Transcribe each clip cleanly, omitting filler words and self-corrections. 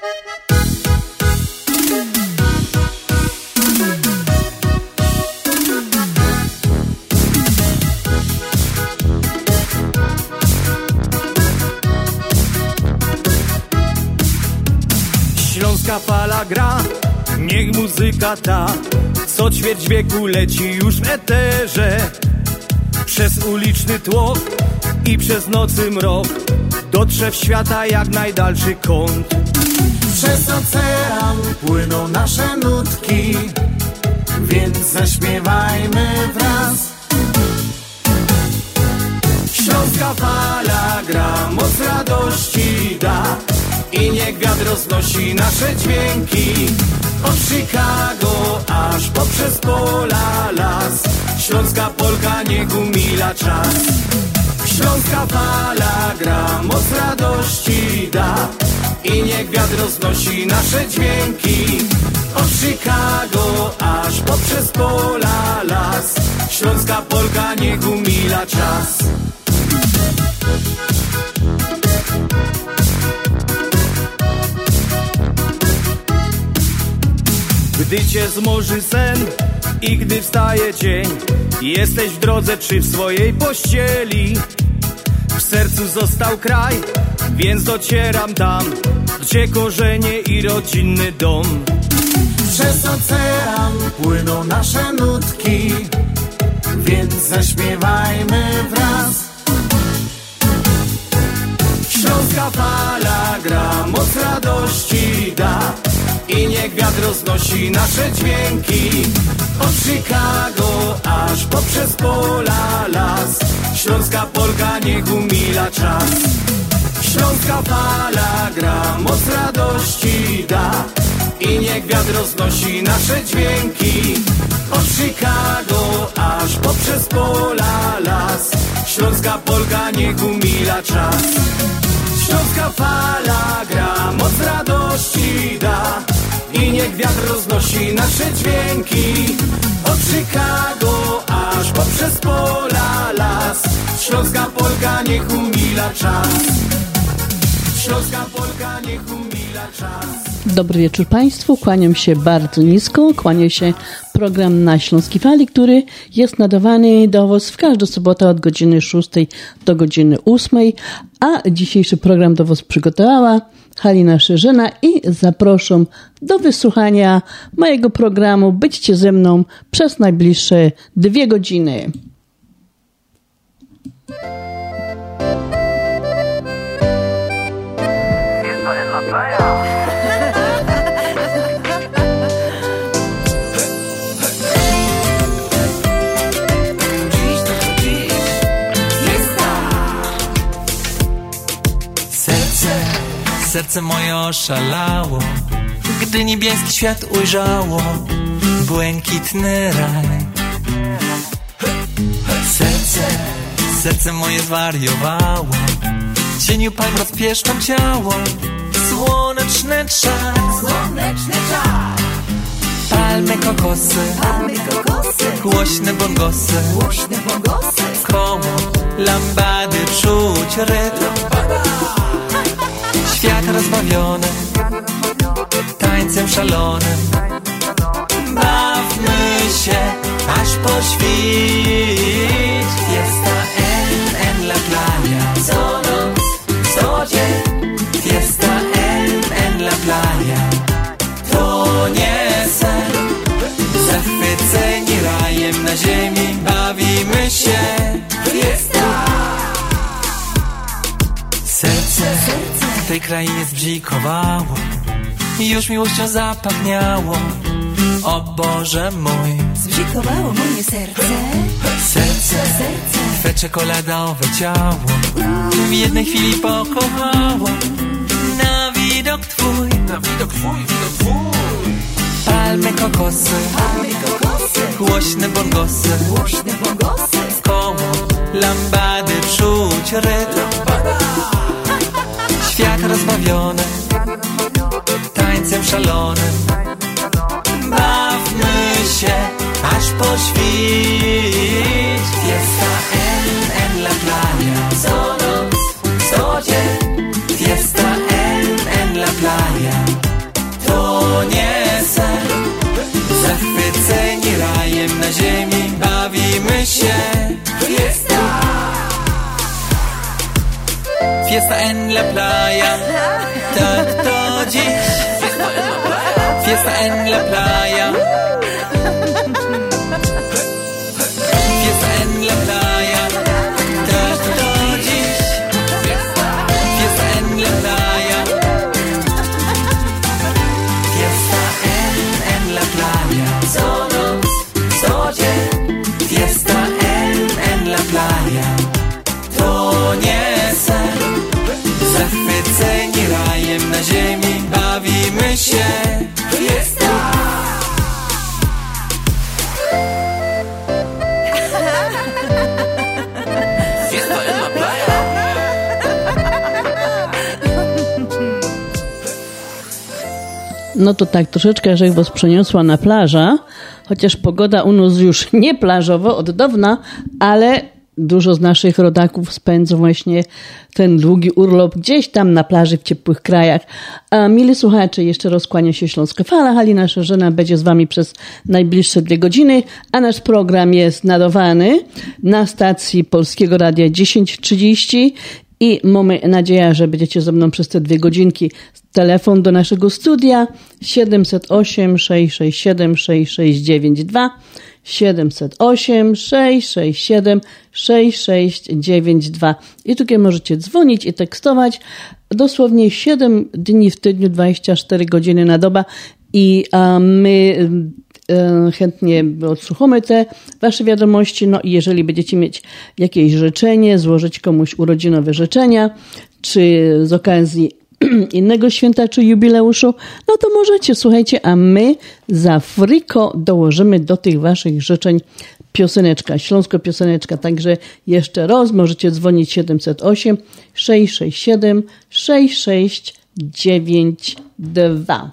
Śląska fala gra, niech muzyka ta co ćwierć wieku leci już w eterze. Przez uliczny tłok i przez nocy mrok dotrze w świata jak najdalszy kąt. Przez ocean płyną nasze nutki, więc zaśpiewajmy wraz. Śląska fala gra, moc radości da i niech wiatr roznosi nasze dźwięki. Od Chicago aż poprzez pola, las, śląska polka niech umila czas. Śląska fala gra, moc radości da i niech wiatr roznosi nasze dźwięki. Od Chicago aż poprzez pola, las, śląska polka niech umila czas. Gdy cię zmoży sen i gdy wstaje dzień, jesteś w drodze czy w swojej pościeli. W sercu został kraj, więc docieram tam, gdzie korzenie i rodzinny dom. Przez ocean płyną nasze nutki, więc zaśpiewajmy wraz. Śląska fala gra, moc radości da i niech wiatr roznosi nasze dźwięki. Od Chicago aż poprzez pola, las, śląska polka niech umila czas. Śląska fala gra, moc radości da i niech wiatr roznosi nasze dźwięki. Od Chicago aż poprzez pola, las, śląska polka niech umila czas. Śląska fala gra, moc radości da i niech wiatr roznosi nasze dźwięki. Od Chicago aż poprzez pola, las, śląska polka niech umila czas. Śląska polka niech umila czas. Dobry wieczór Państwu, kłaniam się bardzo nisko, kłania się program na Śląskiej Fali, który jest nadawany do Was w każdą sobotę od godziny 6 do godziny 8, a dzisiejszy program do Was przygotowała Halina Szerzyna i zapraszam do wysłuchania mojego programu. Byćcie ze mną przez najbliższe 2 godziny. Serce moje oszalało, gdy niebieski świat ujrzało błękitny raj. Serce moje zwariowało, w cieniu palm rozpieszczam ciało. Słoneczny czas, palmy kokosy, głośne bongosy, koło lambady czuć rytm. Świat rozbawiony, tańcem szalonym, bawmy się aż po świt. Fiesta en la playa, co noc, co dzień. Fiesta en la playa, to nie sen. Zachwyceni rajem na ziemi, bawimy się. Fiesta. Serce w tej krainie zbzikowało i już miłością zapachniało. O Boże mój, zbzikowało moje serce. Twe czekoladowe ciało w jednej chwili pokochało. Na widok twój, widok twój. Palmy kokosy, głośne bongosy, koło lambady czuć rytm. Świat rozbawiony, tańcem szalonym, bawmy się aż po świt. Fiesta en la playa, co noc, co dzień. Fiesta en la playa, la playa. Tak to dziś. Fiesta en la playa. Fiesta en la playa. Tak to dziś. Fiesta en la playa. Fiesta en la playa. Co noc, co dzień. Fiesta en la playa. To nie sen. Zachwyceni rajem na ziemi bawimy się. Fiesta. Fiesta en la playa. No to tak, troszeczkę żech was przeniosła na plaża, chociaż pogoda u nas już nie plażowo od dawna, ale dużo z naszych rodaków spędza właśnie ten długi urlop gdzieś tam na plaży w ciepłych krajach. A mili słuchacze, jeszcze raz kłania się Śląska Fala. Halina Szerzena będzie z wami przez najbliższe 2 godziny, a nasz program jest nadawany na stacji Polskiego Radia 10:30 i mamy nadzieję, że będziecie ze mną przez te 2 godzinki. Telefon do naszego studia 708 667 6692 708 667 6692 i tutaj możecie dzwonić i tekstować dosłownie 7 dni w tygodniu, 24 godziny na dobę i my chętnie odsłuchamy te wasze wiadomości, no i jeżeli będziecie mieć jakieś życzenie, złożyć komuś urodzinowe życzenia, czy z okazji innego święta czy jubileuszu, no to możecie, słuchajcie, a my za friko dołożymy do tych waszych życzeń pioseneczka, śląsko pioseneczka, także jeszcze raz możecie dzwonić 708 667 6692.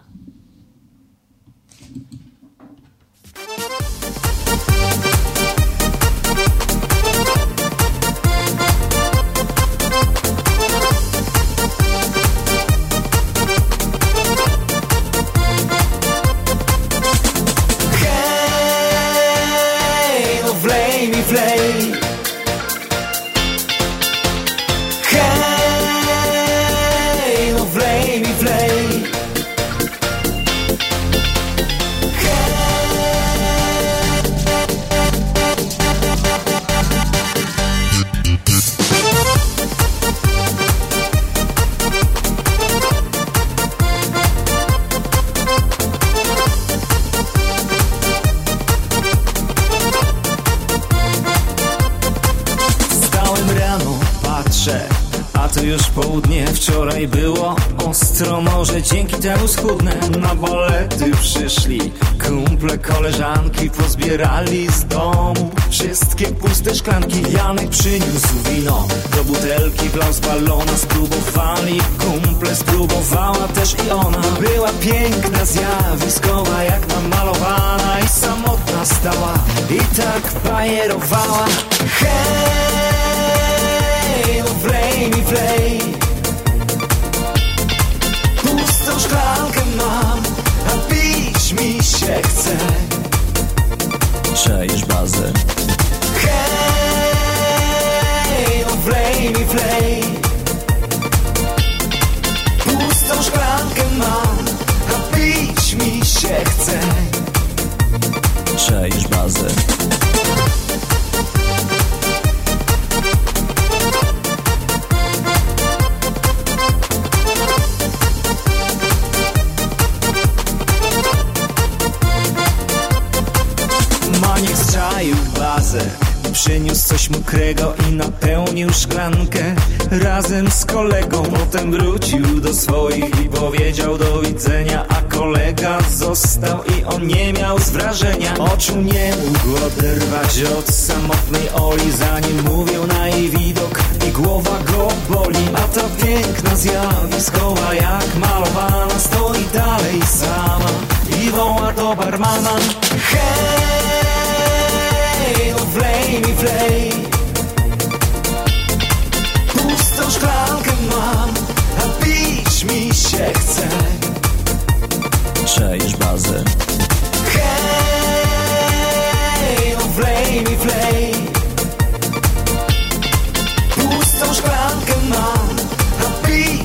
Już południe, wczoraj było ostro, może dzięki temu schudnę. Na balety przyszli kumple, koleżanki, pozbierali z domu wszystkie puste szklanki. Janek przyniósł wino do butelki, wlał z balona, spróbowali kumple, spróbowała też i ona. Była piękna, zjawiskowa, jak namalowana i samotna stała i tak bajerowała. Wlej mi wlej, pustą szklankę mam, a pić mi się chce. Czaisz bazę? Hej, no wlej mi wlej, pustą szklankę mam, a pić mi się chce. Czaisz bazę? Przyniósł coś mokrego i napełnił szklankę razem z kolegą. Potem wrócił do swoich i powiedział do widzenia, a kolega został i on nie miał z wrażenia. Oczu nie mógł oderwać od samotnej Oli, zanim mówił na jej widok i głowa go boli. A ta piękna, zjawiskowa, jak malowana, stoi dalej sama i woła do barmana. Wlej mi wlej, pustą szklankę mam, a pić mi się chce. Czaisz bazę? Hej, no wlej mi wlej, pustą szklankę mam, a pić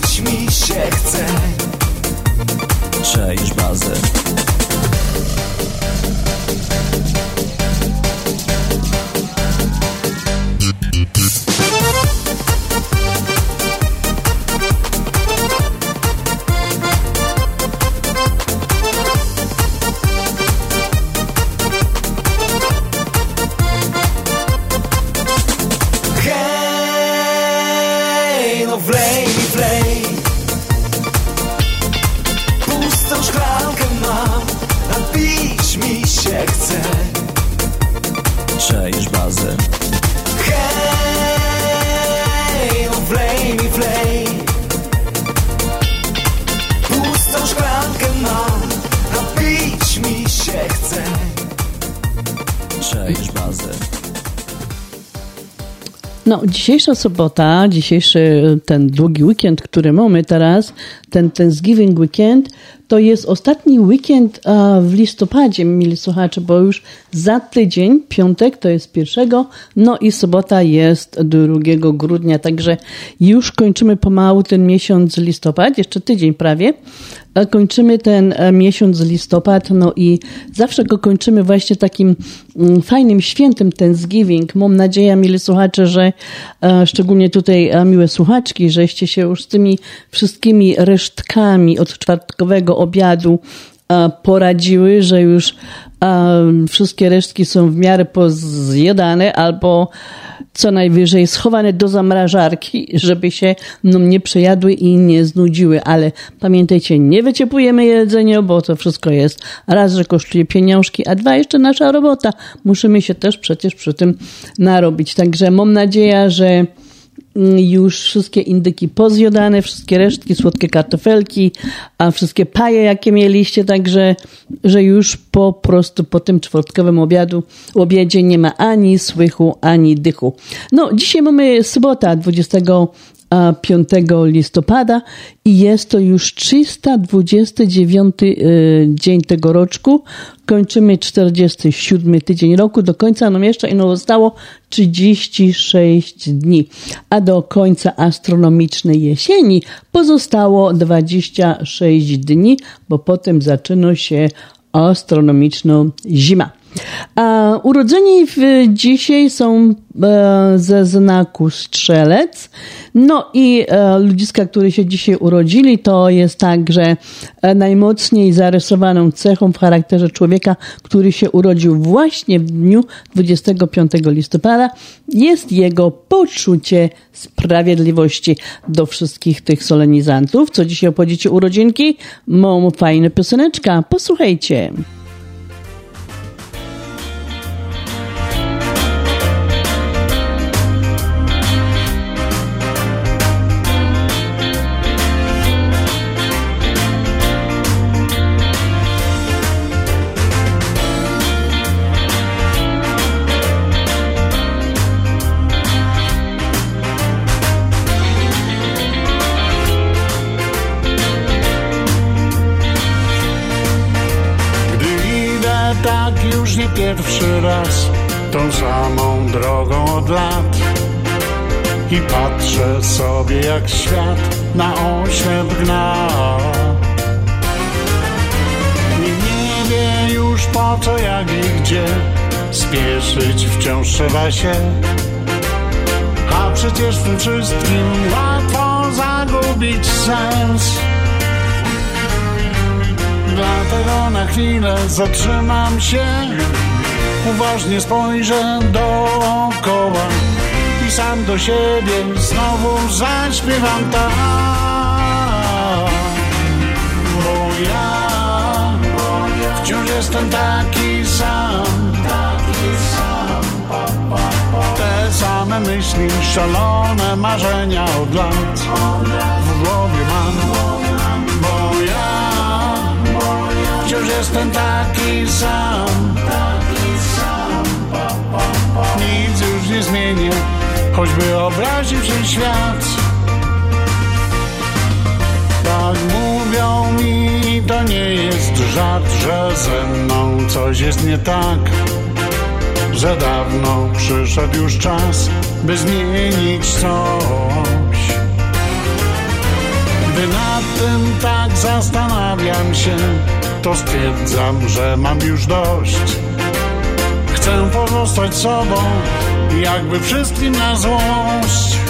bazę. Czaisz bazę. Hej, no wlej mi wlej. Pustą szklankę mam, napić mi się chce. Czaisz bazę. No, dzisiejsza sobota, dzisiejszy ten długi weekend, który mamy teraz, ten Thanksgiving weekend, to jest ostatni weekend w listopadzie, mili słuchacze, bo już za tydzień, piątek to jest 1, no i sobota jest 2 grudnia, także już kończymy pomału ten miesiąc listopad, jeszcze tydzień prawie. Kończymy ten miesiąc listopad, no i zawsze go kończymy właśnie takim fajnym świętem Thanksgiving. Mam nadzieję, mili słuchacze, że szczególnie tutaj miłe słuchaczki, żeście się już z tymi wszystkimi resztkami od czwartkowego obiadu poradziły, że już wszystkie resztki są w miarę pozjadane albo co najwyżej schowane do zamrażarki, żeby się nie przejadły i nie znudziły. Ale pamiętajcie, nie wyciepujemy jedzenia, bo to wszystko jest raz, że kosztuje pieniążki, a 2 jeszcze nasza robota. Musimy się też przecież przy tym narobić. Także mam nadzieję, że już wszystkie indyki pozjadane, wszystkie resztki, słodkie kartofelki, a wszystkie paje, jakie mieliście, także, że już po prostu po tym czwartkowym obiedzie nie ma ani słychu, ani dychu. No, dzisiaj mamy sobota, 25 listopada i jest to już 329 dzień tego roczku. Kończymy 47 tydzień roku. Do końca nam jeszcze zostało 36 dni, a do końca astronomicznej jesieni pozostało 26 dni, bo potem zaczyna się astronomiczna zima. A urodzeni dzisiaj są ze znaku Strzelec. No i ludziska, które się dzisiaj urodzili, to jest tak, że najmocniej zarysowaną cechą w charakterze człowieka, który się urodził właśnie w dniu 25 listopada, jest jego poczucie sprawiedliwości. Do wszystkich tych solenizantów, co dzisiaj obchodzicie urodzinki, mam fajna pioseneczka. Posłuchajcie. Pierwszy raz tą samą drogą od lat i patrzę sobie jak świat na oślep gna. Nikt nie wie już po co, jak i gdzie, spieszyć wciąż trzeba się, a przecież w tym wszystkim łatwo zagubić sens. Dlatego na chwilę zatrzymam się, uważnie spojrzę dookoła i sam do siebie znowu zaśpiewam tak. Bo ja wciąż jestem taki sam. Te same myśli, szalone marzenia od lat w głowie mam. Bo ja wciąż jestem taki sam. Nic już nie zmienię, choćby obraził się świat. Tak mówią mi, to nie jest żart, że ze mną coś jest nie tak, że dawno przyszedł już czas, by zmienić coś. Gdy nad tym tak zastanawiam się, to to stwierdzam, że mam już dość. Chcę pozostać sobą, jakby wszystkim na złość.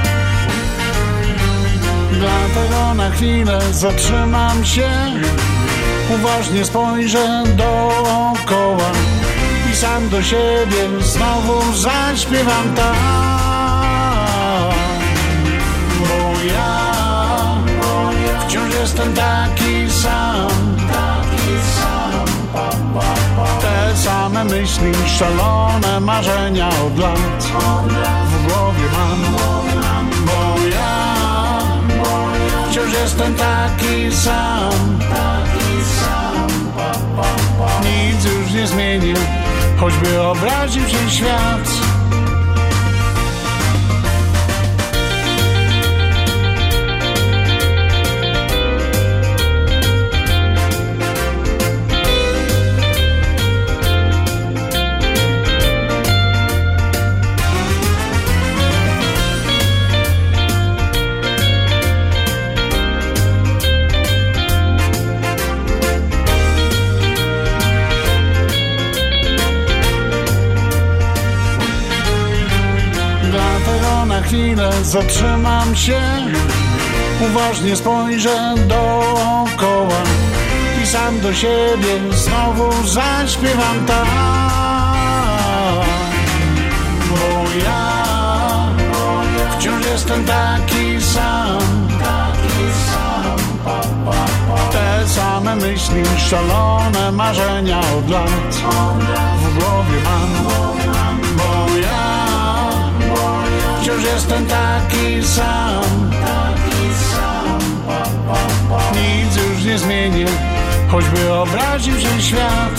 Dlatego na chwilę zatrzymam się, uważnie spojrzę dookoła i sam do siebie znowu zaśpiewam tak. Bo ja wciąż jestem taki sam. Te same myśli, szalone marzenia od lat w głowie mam. Bo ja wciąż jestem taki sam. Nic już nie zmienię, choćby obraził się świat. Chwilę zatrzymam się, uważnie spojrzę dookoła i sam do siebie znowu zaśpiewam tak. Bo ja wciąż jestem taki sam. Te same myśli, szalone marzenia od lat w głowie mam. Bo ja wciąż jestem taki sam. Nic już nie zmienię, choćby obraził się świat.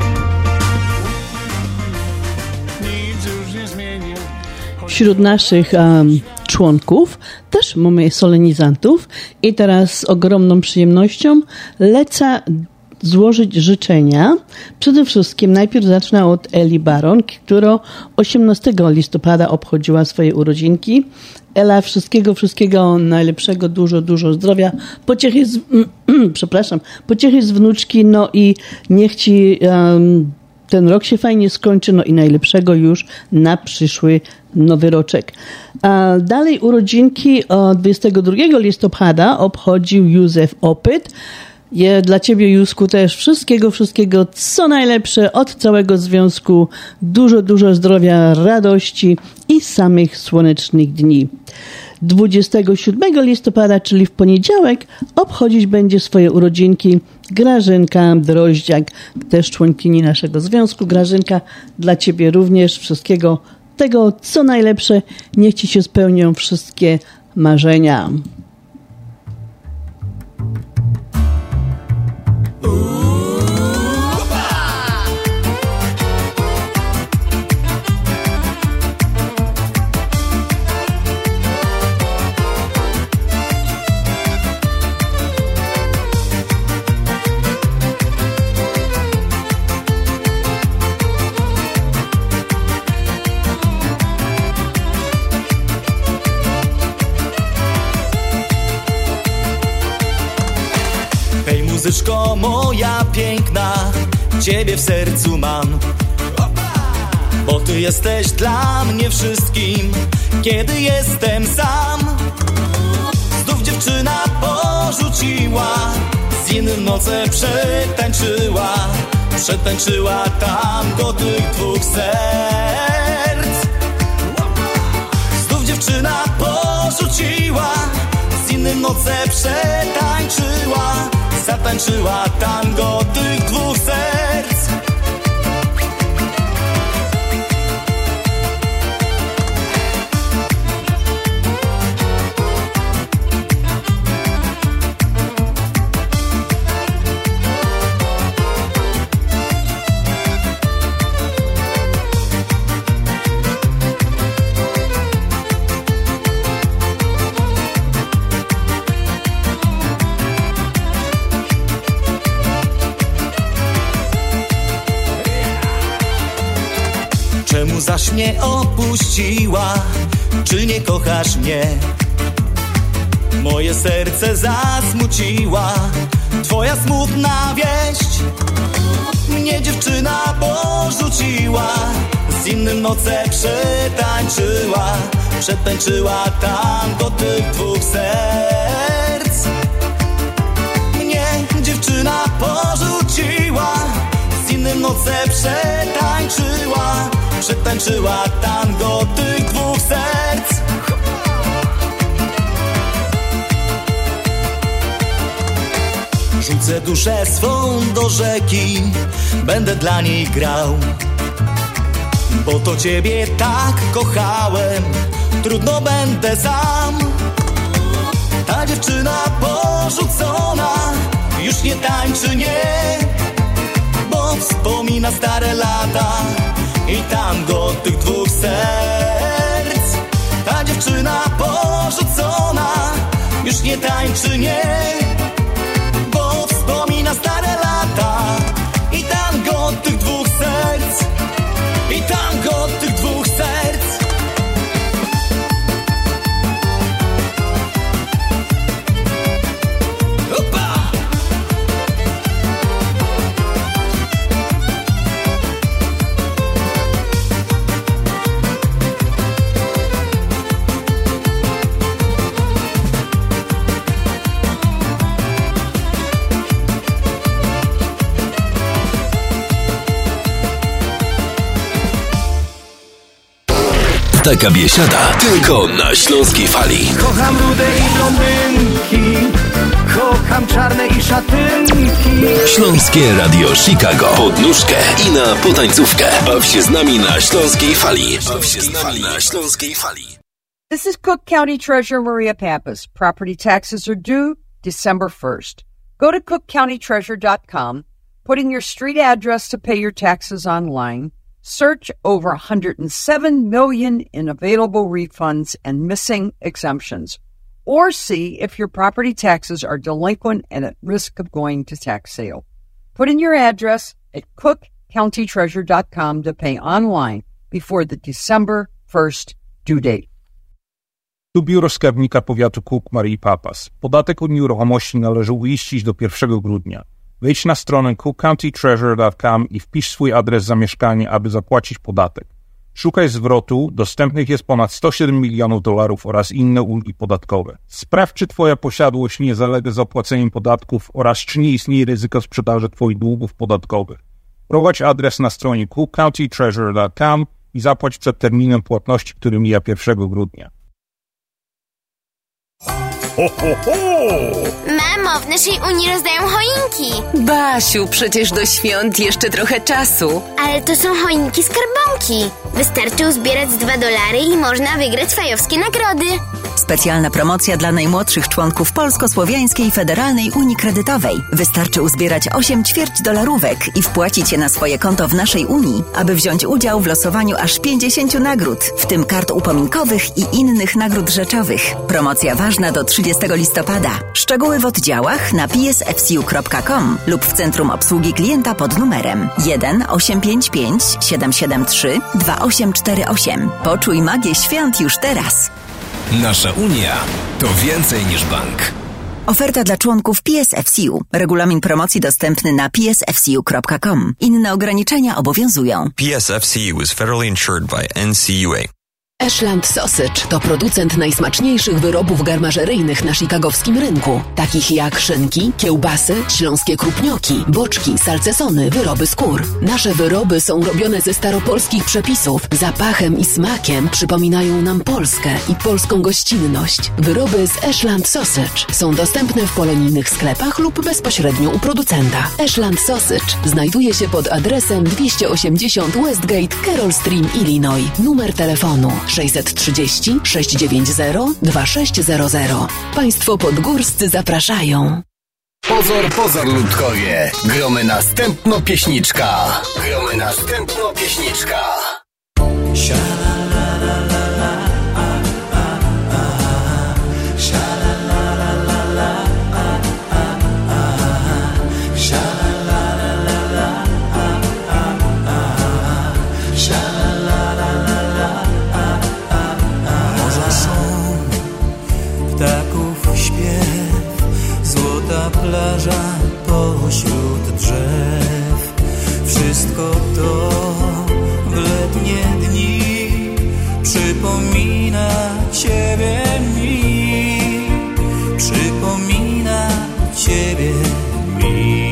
Nic już nie zmienię. Wśród naszych członków też mamy solenizantów i teraz z ogromną przyjemnością lecę złożyć życzenia. Przede wszystkim najpierw zacznę od Eli Baron, która 18 listopada obchodziła swoje urodzinki. Ela, wszystkiego najlepszego, dużo zdrowia, pociechy z wnuczki, no i niech ci ten rok się fajnie skończy, no i najlepszego już na przyszły nowy roczek. A dalej urodzinki 22 listopada obchodził Józef Opyt. Dla ciebie, Józku, też wszystkiego, co najlepsze od całego związku. Dużo zdrowia, radości i samych słonecznych dni. 27 listopada, czyli w poniedziałek, obchodzić będzie swoje urodzinki Grażynka Droździak, też członkini naszego związku. Grażynka, dla ciebie również wszystkiego tego, co najlepsze. Niech ci się spełnią wszystkie marzenia. Muzyczko moja piękna, ciebie w sercu mam. Bo ty jesteś dla mnie wszystkim, kiedy jestem sam. Znów dziewczyna porzuciła, z innym noce przetańczyła tango tych dwóch serc. Znów dziewczyna porzuciła, z innym noce zatańczyła tango tych dwóch serc. Czemu zaś mnie opuściła? Czy nie kochasz mnie? Moje serce zasmuciła, twoja smutna wieść. Mnie dziewczyna porzuciła, z innym noce przetańczyła tango tych dwóch serc. Mnie dziewczyna porzuciła, z innym noce przetańczyła tango tych dwóch serc. Rzucę duszę swą do rzeki, będę dla niej grał, bo to ciebie tak kochałem, trudno będę sam. Ta dziewczyna porzucona już nie tańczy, nie, bo wspomina stare lata i tango tych dwóch serc. Ta dziewczyna porzucona już nie tańczy, nie, bo wspomina stare lata i tango tych dwóch serc. I tango tych dwóch serc. Opa! Taka biesiada tylko na Śląskiej Fali. Kocham rude i blondynki, kocham czarne i szatynki. Śląskie Radio Chicago. Pod nóżkę i na potańcówkę. Baw się z nami na Śląskiej Fali. This is Cook County Treasurer Maria Pappas. Property taxes are due December 1st. Go to cookcountytreasurer.com, put in your street address to pay your taxes online. Search over 107 million in available refunds and missing exemptions. Or see if your property taxes are delinquent and at risk of going to tax sale. Put in your address at cookcountytreasurer.com to pay online before the December 1st due date. Tu biuro skarbnika powiatu Cook Marii Pappas. Podatek od nieruchomości należy uiścić do 1 grudnia. Wejdź na stronę cookcountytreasurer.com i wpisz swój adres zamieszkania, aby zapłacić podatek. Szukaj zwrotu, dostępnych jest ponad $107 milionów oraz inne ulgi podatkowe. Sprawdź, czy twoja posiadłość nie zalega zapłaceniem podatków oraz czy nie istnieje ryzyko sprzedaży twoich długów podatkowych. Prowadź adres na stronie cookcountytreasurer.com i zapłać przed terminem płatności, który mija 1 grudnia. Ho, ho, ho! Mamo, w naszej Unii rozdają choinki. Basiu, przecież do świąt jeszcze trochę czasu. Ale to są choinki skarbonki. Wystarczy uzbierać $2 i można wygrać fajowskie nagrody. Specjalna promocja dla najmłodszych członków Polsko-Słowiańskiej Federalnej Unii Kredytowej. Wystarczy uzbierać 8 $ćwierć i wpłacić je na swoje konto w naszej Unii, aby wziąć udział w losowaniu aż 50 nagród, w tym kart upominkowych i innych nagród rzeczowych. Promocja ważna do 30 listopada. Szczegóły w oddziałach na psfcu.com lub w Centrum Obsługi Klienta pod numerem 1 855 773 2848. Poczuj magię świąt już teraz. Nasza Unia to więcej niż bank. Oferta dla członków PSFCU. Regulamin promocji dostępny na psfcu.com. Inne ograniczenia obowiązują. PSFCU is federally insured by NCUA. Ashland Sausage to producent najsmaczniejszych wyrobów garmażeryjnych na chicagowskim rynku, takich jak szynki, kiełbasy, śląskie krupnioki, boczki, salcesony, wyroby skór. Nasze wyroby są robione ze staropolskich przepisów. Zapachem i smakiem przypominają nam Polskę i polską gościnność. Wyroby z Ashland Sausage są dostępne w polonijnych sklepach lub bezpośrednio u producenta. Ashland Sausage znajduje się pod adresem 280 Westgate, Carroll Stream, Illinois. Numer telefonu 630 690 2600. Państwo podgórscy zapraszają. Pozor, ludkowie. Gromy następno pieśniczka. Ptaków śpiew, złota Biała plaża pośród drzew, wszystko to w letnie dni przypomina Ciebie mi, przypomina Ciebie mi.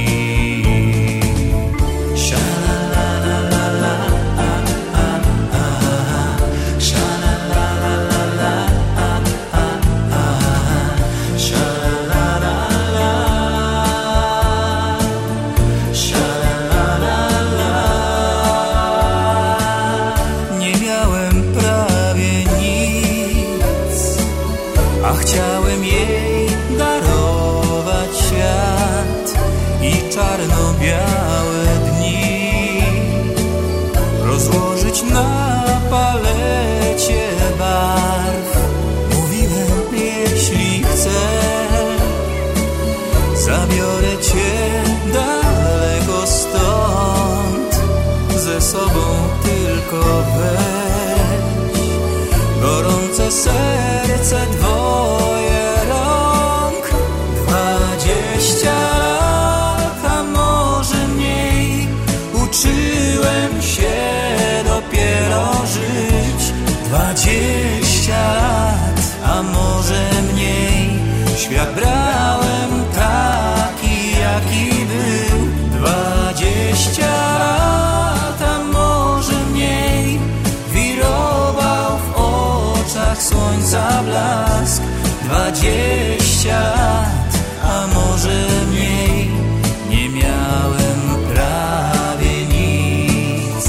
Chciałem jej darować świat i czarno-białe dni rozłożyć na palecie barw. Mówiłem, jeśli chcesz, zabiorę Cię daleko stąd, ze sobą tylko weź gorące serce dwoje rąk. 20 lat, a może mniej, uczyłem się dopiero żyć. 20 lat, a może mniej, świat brałem taki, jaki był. 20 lat, a może mniej, wirował w oczach słońca blask. 20 lat, a może mniej, nie miałem prawie nic.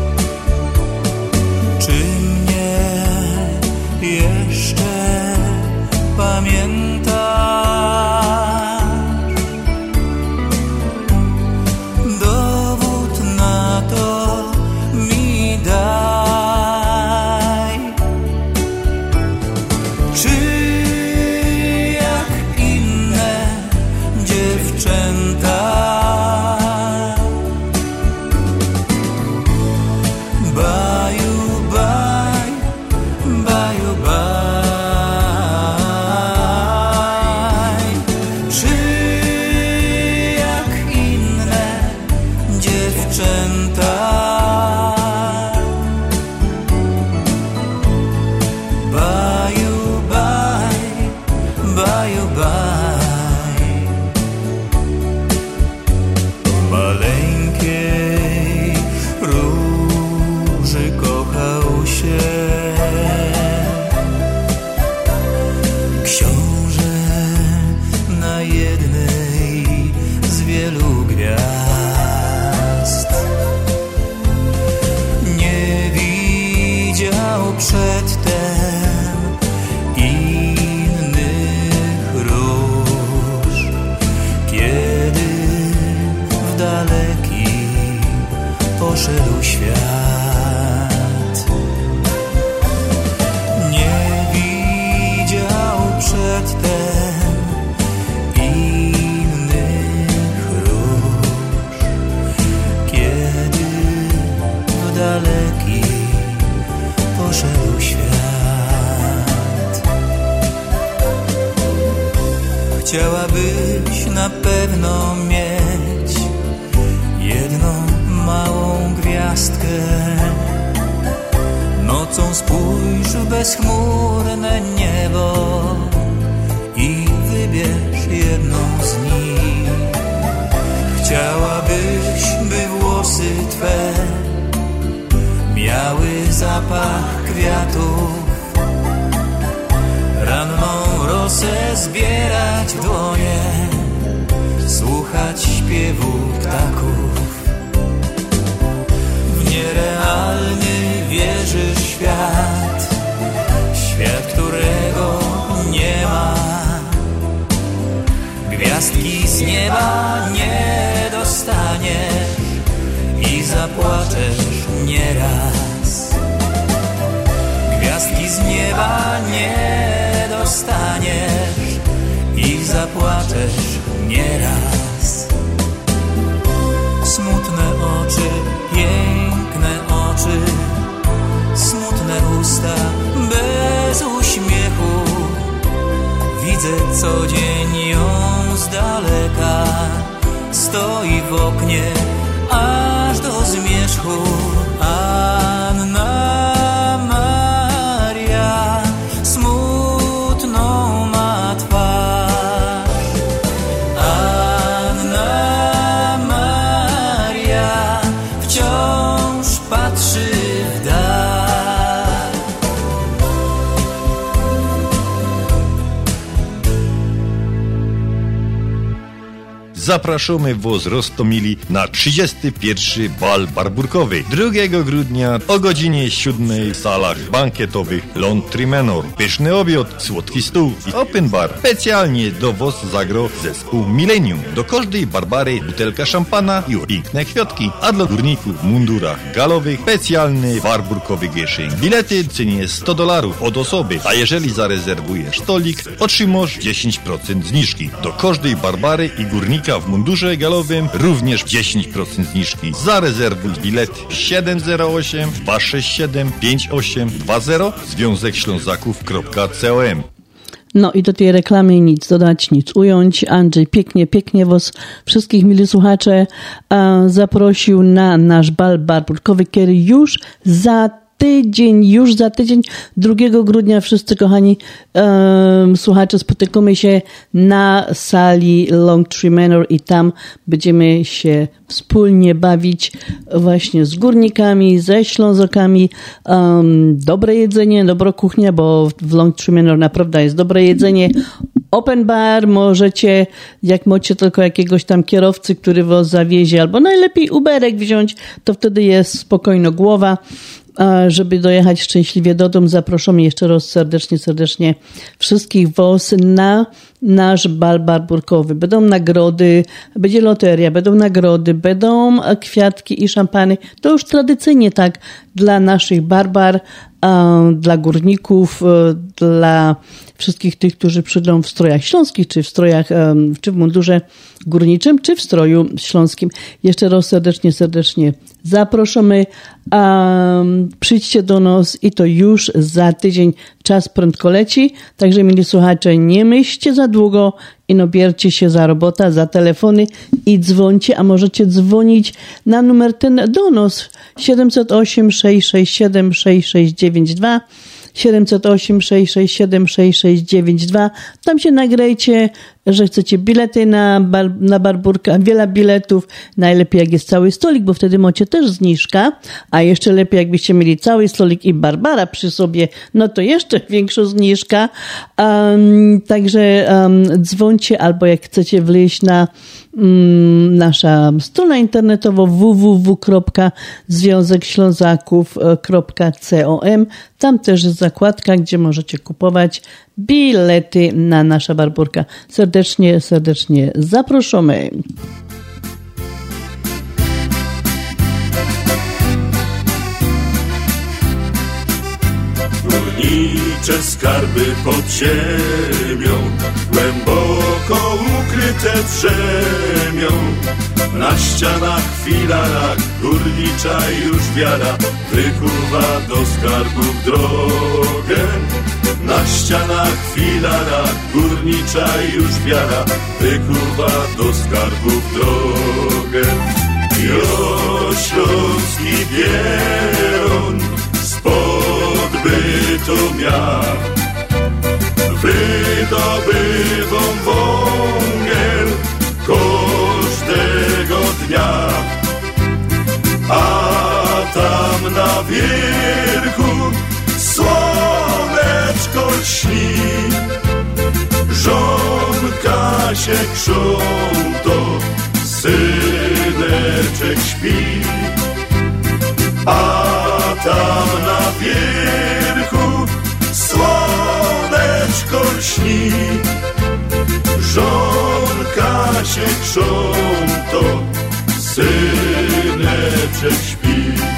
Czy mnie jeszcze pamiętasz? Dowód na to mi daj. Czy jak inne dziewczęta baju, baj, baju, baj. Czy jak inne dziewczęta baju, baj, baju, baj. Maleńkiej róży kochał się książę na jednej z wielu gwiazd. Nie widział przedtem innych róż, kiedy w daleki poszedł świat. Nie widział przedtem innych róż, kiedy w daleki poszedł świat. Chciałabyś na pewno mieć jedną małą gwiazdkę. Nocą spójrz w bezchmurne niebo i wybierz jedną z nich. Chciałabyś, by włosy Twe miały zapach kwiatów, ranną rosę zbierać w dłonie, słuchać śpiewu ptaków. W nierealny wierzysz świat, świat, którego nie ma. Gwiazdki z nieba nie dostaniesz i zapłaczesz nieraz. Gwiazdki z nieba nie dostaniesz i zapłaczesz nieraz. Smutne oczy, piękne oczy, smutne usta bez uśmiechu. Widzę co dzień ją z daleka. czeka, stoi w oknie aż do zmierzchu. Anna Maria smutną ma twarz. Anna Maria wciąż patrzy w dal. Zapraszamy was roztomili na 31. bal barburkowy 2 grudnia o godzinie 7 w salach bankietowych Laundry Manor. Pyszny obiad, słodki stół i open bar. Specjalnie do was zagrał zespół Millennium. Do każdej barbary butelka szampana i piękne kwiatki, a dla górników w mundurach galowych specjalny barburkowy gieszyn. Bilety w cenie $100 od osoby, a jeżeli zarezerwujesz stolik, otrzymasz 10% zniżki. Do każdej barbary i górnika w mundurze galowym również 10% zniżki. Zarezerwuj bilet 708 267 5820 związekślązaków.com. No i do tej reklamy nic dodać, nic ująć. Andrzej pięknie was wszystkich, mili słuchacze, zaprosił na nasz bal barburkowy, który już za tydzień, 2 grudnia, wszyscy kochani słuchacze, spotykamy się na sali Laundry Manor i tam będziemy się wspólnie bawić właśnie z górnikami, ze Ślązakami. Dobre jedzenie, dobra kuchnia, bo w Laundry Manor naprawdę jest dobre jedzenie. Open bar, możecie, jak macie tylko jakiegoś tam kierowcy, który was zawiezie, albo najlepiej Uberek wziąć, to wtedy jest spokojna głowa. Żeby dojechać szczęśliwie do domu, zapraszamy jeszcze raz serdecznie wszystkich was na nasz bal barburkowy. Będą nagrody, będzie loteria, będą nagrody, będą kwiatki i szampany. To już tradycyjnie tak dla naszych barbar, dla górników, dla wszystkich tych, którzy przyjdą w strojach śląskich, czy w strojach, czy w mundurze górniczym, czy w stroju śląskim. Jeszcze raz serdecznie zapraszamy. Przyjdźcie do nas i to już za tydzień. Czas prędko leci, także mili słuchacze, nie myślcie za długo i no bierzcie się za robota, za telefony i dzwońcie, a możecie dzwonić na numer ten do nas 708 667 6692 708 667 6692. Tam się nagrajcie, że chcecie bilety na barburkę, wiele biletów. Najlepiej jak jest cały stolik, bo wtedy macie też zniżka, a jeszcze lepiej jakbyście mieli cały stolik i Barbara przy sobie, no to jeszcze większa zniżka. Także dzwońcie, albo jak chcecie wleźć na nasza strona internetowa www.związekślązaków.com. Tam też jest zakładka, gdzie możecie kupować bilety na nasza barburka. Serdecznie zapraszamy. Górnicze skarby pod ziemią, głęboko ukryte drzemią. Na ścianach, filarach górnicza już wiara wykuwa do skarbów drogę. Na ścianach, filarach górnicza już wiara wykuwa do skarbów drogę. Jo śląski pieron spod Bytomia wydobywą węgiel każdego dnia, a tam na wierchu słoneczko śni. Żonka się krząto, syneczek śpi, a tam na wierchu słoneczko śni. Żonka się krząto, syneczek śpi.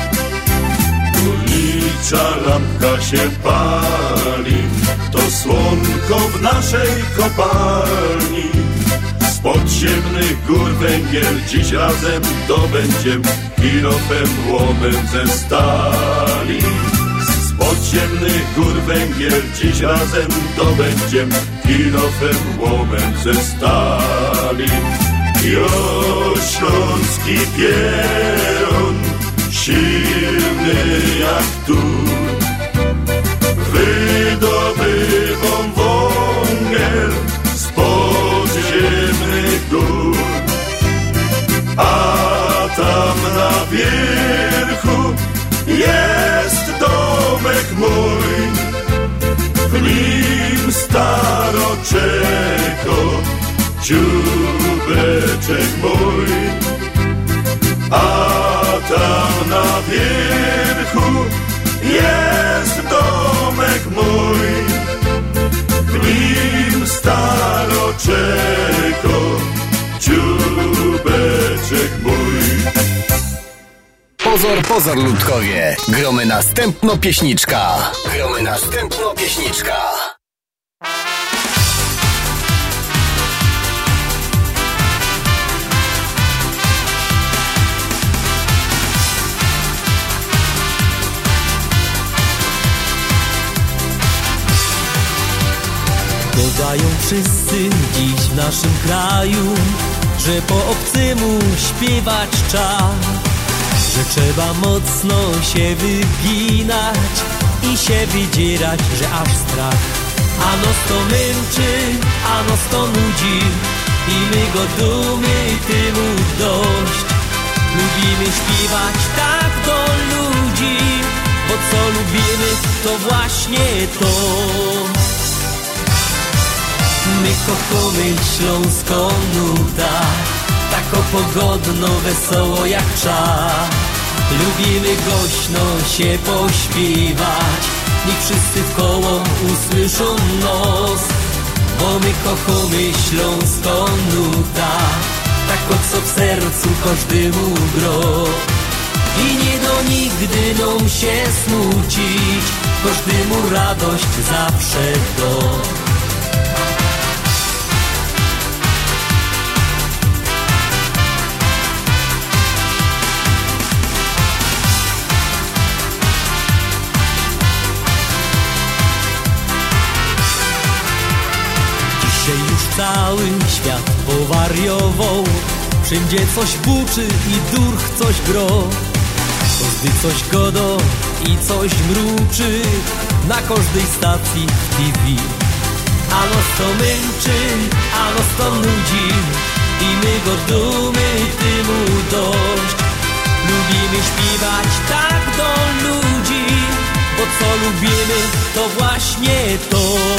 Górnicza lampka się pali, to słonko w naszej kopalni. Z podziemnych gór węgiel dziś razem dobędziem, kilofem łomem ze stali. Z Z podziemnych gór węgiel dziś razem dobędziem, kilofem łomem ze stali. Jo, śląski pieron, silny jak tu, wydobywam węgiel z podziemnych gór. A tam na wierchu jest domek mój, w nim staroczeko, dziubeczek mój. A tam na wierchu jest domek mój, w nim staroczeko, dziubeczek mój. Pozor, ludkowie. Gromy następno pieśniczka. Dodają wszyscy dziś w naszym kraju, że po obcemu śpiewać trzeba, że trzeba mocno się wyginać i się wydzierać, że aż strach. A nos to męczy, a nos to nudzi i my go dumy temu dość. Lubimy śpiewać tak do ludzi, bo co lubimy to właśnie to. My kochamy śląską nuda, tako pogodno, wesoło jak czar. Lubimy głośno się pośpiewać, niech wszyscy wkoło usłyszą nos. Bo my kochamy śląską nuda, tako co w sercu każdemu gro. I nie do nigdy nam się smucić, każdemu radość zawsze do. Cały świat powariował, wszędzie coś buczy i durch coś gro. Każdy coś godo i coś mruczy, na każdej stacji w TV. A nos to męczy, a nos to nudzi i my go dumy temu dość. Lubimy śpiewać tak do ludzi, bo co lubimy to właśnie to.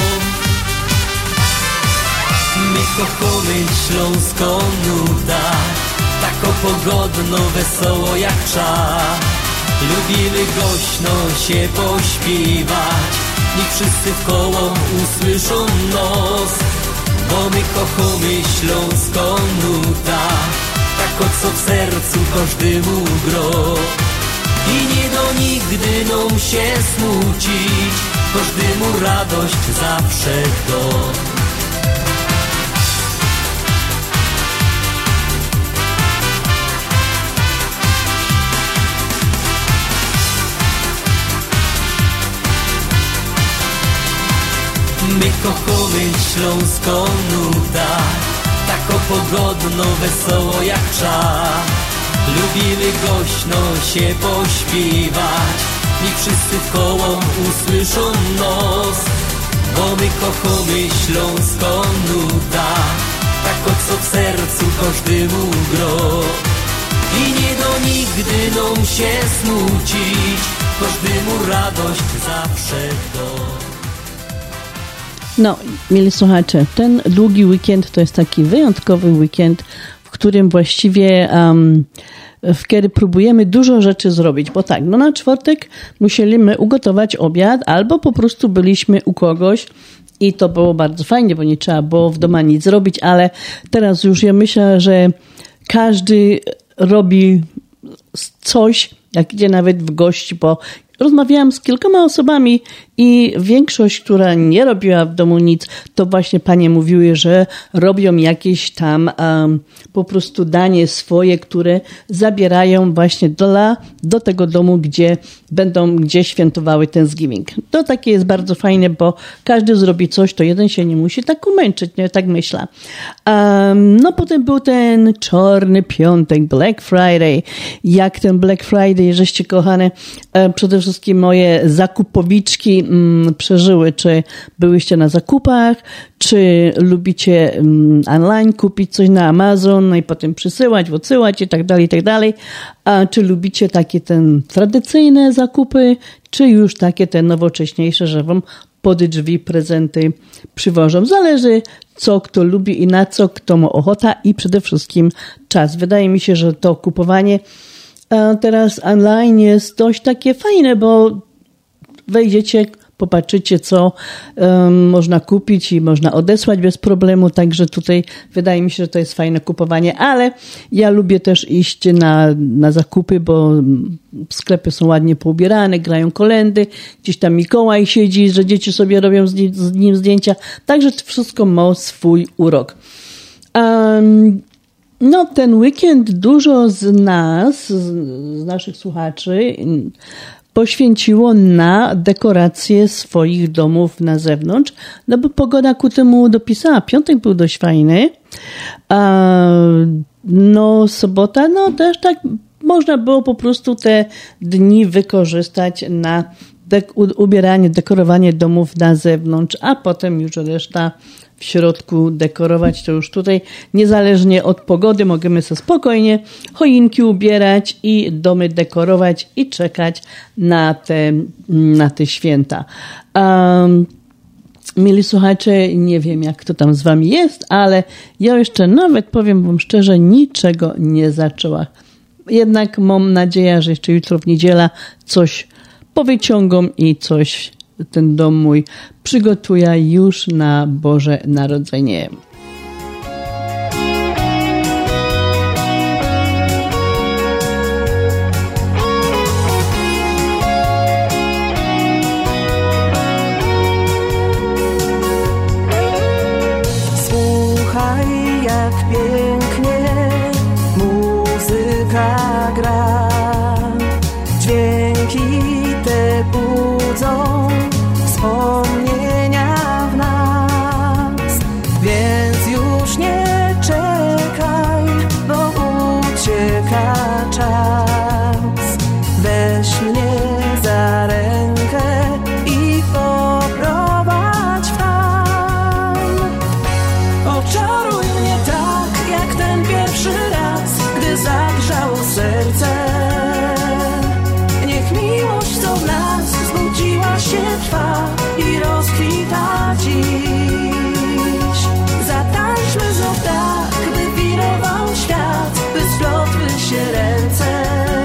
My kochamy śląską nuda, tako pogodno, wesoło jak czar. Lubimy głośno się pośpiewać, niech wszyscy wkoło usłyszą nos. Bo my kochamy śląską nuda, tako co w sercu każdemu gro. I nie do nigdy nam się smucić, każdemu radość zawsze do. My kochamy śląską nuda, tako pogodno, wesoło jak czar. Lubimy głośno się pośpiewać, niech wszyscy wkoło usłyszą nos. Bo my kochamy śląską nuda, tako co w sercu każdemu gro. I nie do nigdy nam się smucić, każdemu radość zawsze do. No, mieli słuchacze, ten długi weekend to jest taki wyjątkowy weekend, w którym właściwie kiedy próbujemy dużo rzeczy zrobić, bo tak, no na czwartek musieliśmy ugotować obiad albo po prostu byliśmy u kogoś i to było bardzo fajnie, bo nie trzeba było w domu nic zrobić, ale teraz już ja myślę, że każdy robi coś, jak idzie nawet w gości, bo rozmawiałam z kilkoma osobami i większość, która nie robiła w domu nic, to właśnie panie mówiły, że robią jakieś tam po prostu danie swoje, które zabierają właśnie do tego domu, gdzie świętowały Thanksgiving. To takie jest bardzo fajne, bo każdy zrobi coś, to jeden się nie musi tak umęczyć, nie? Tak myślę. No potem był ten czarny piątek, Black Friday. Jak ten Black Friday, żeście kochane, przede wszystkim moje zakupowiczki przeżyły, czy byłyście na zakupach, czy lubicie online kupić coś na Amazon, no i potem przysyłać, odsyłać i tak dalej, a czy lubicie takie tradycyjne zakupy, czy już takie te nowocześniejsze, że wam pod drzwi prezenty przywożą. Zależy, co kto lubi i na co kto ma ochota i przede wszystkim czas. Wydaje mi się, że to kupowanie teraz online jest dość takie fajne, bo wejdziecie, popatrzycie, co można kupić i można odesłać bez problemu, także tutaj wydaje mi się, że to jest fajne kupowanie, ale ja lubię też iść na zakupy, bo sklepy są ładnie poubierane, grają kolędy, gdzieś tam Mikołaj siedzi, że dzieci sobie robią z nim zdjęcia, także to wszystko ma swój urok. No, ten weekend dużo z naszych słuchaczy poświęciło na dekorację swoich domów na zewnątrz, no bo pogoda ku temu dopisała. Piątek był dość fajny, no sobota, no też tak można było po prostu te dni wykorzystać na ubieranie, dekorowanie domów na zewnątrz, a potem już reszta w środku dekorować. To już tutaj niezależnie od pogody możemy sobie spokojnie choinki ubierać i domy dekorować i czekać na te święta. Mili słuchacze, nie wiem jak to tam z wami jest, ale ja jeszcze nawet powiem wam szczerze, niczego nie zaczęła. Jednak mam nadzieję, że jeszcze jutro w niedzielę coś powyciągam i coś ten dom mój przygotuje już na Boże Narodzenie. Słuchaj, jak pięknie muzyka gra, dźwięki te budzą wspomnienia w nas, więc już nie czekaj, bo ucieka czas. Weź mnie za rękę i poprowadź w tam. Oczaruj mnie tak, jak ten pierwszy raz, gdy zagrzało serce. Niech miłość, co w nas zbudziła się, trwa i rozkwita dziś. Zatańczmy znów tak, by wirował świat, by splotły się ręce.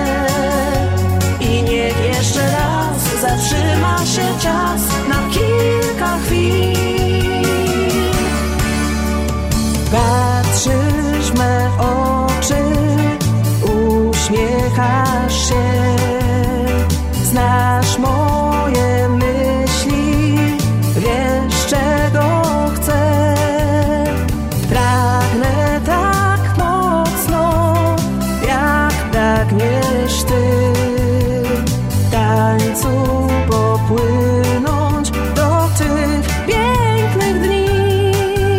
I niech jeszcze raz zatrzyma się czas na kilka chwil. Patrzysz w me oczy, uśmiechasz się, znasz moje myśli, wiesz czego chcę. Pragnę tak mocno, jak pragniesz ty. Tańcu popłynąć do tych pięknych dni.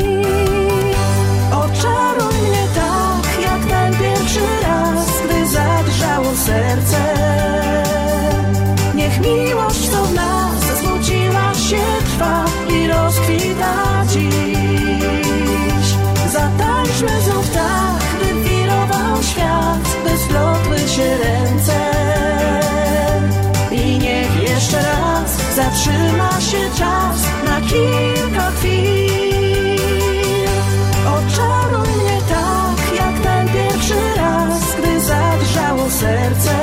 Oczaruj mnie tak, jak ten pierwszy raz, gdy zadrżało serce. Niech miłość, co w nas zbudziła się, trwa i rozkwita dziś. Zatańczmy znów tak, by wirował świat, by splotły się ręce. I niech jeszcze raz zatrzyma się czas na kilka chwil. Oczaruj mnie tak, jak ten pierwszy raz, gdy zadrżało serce.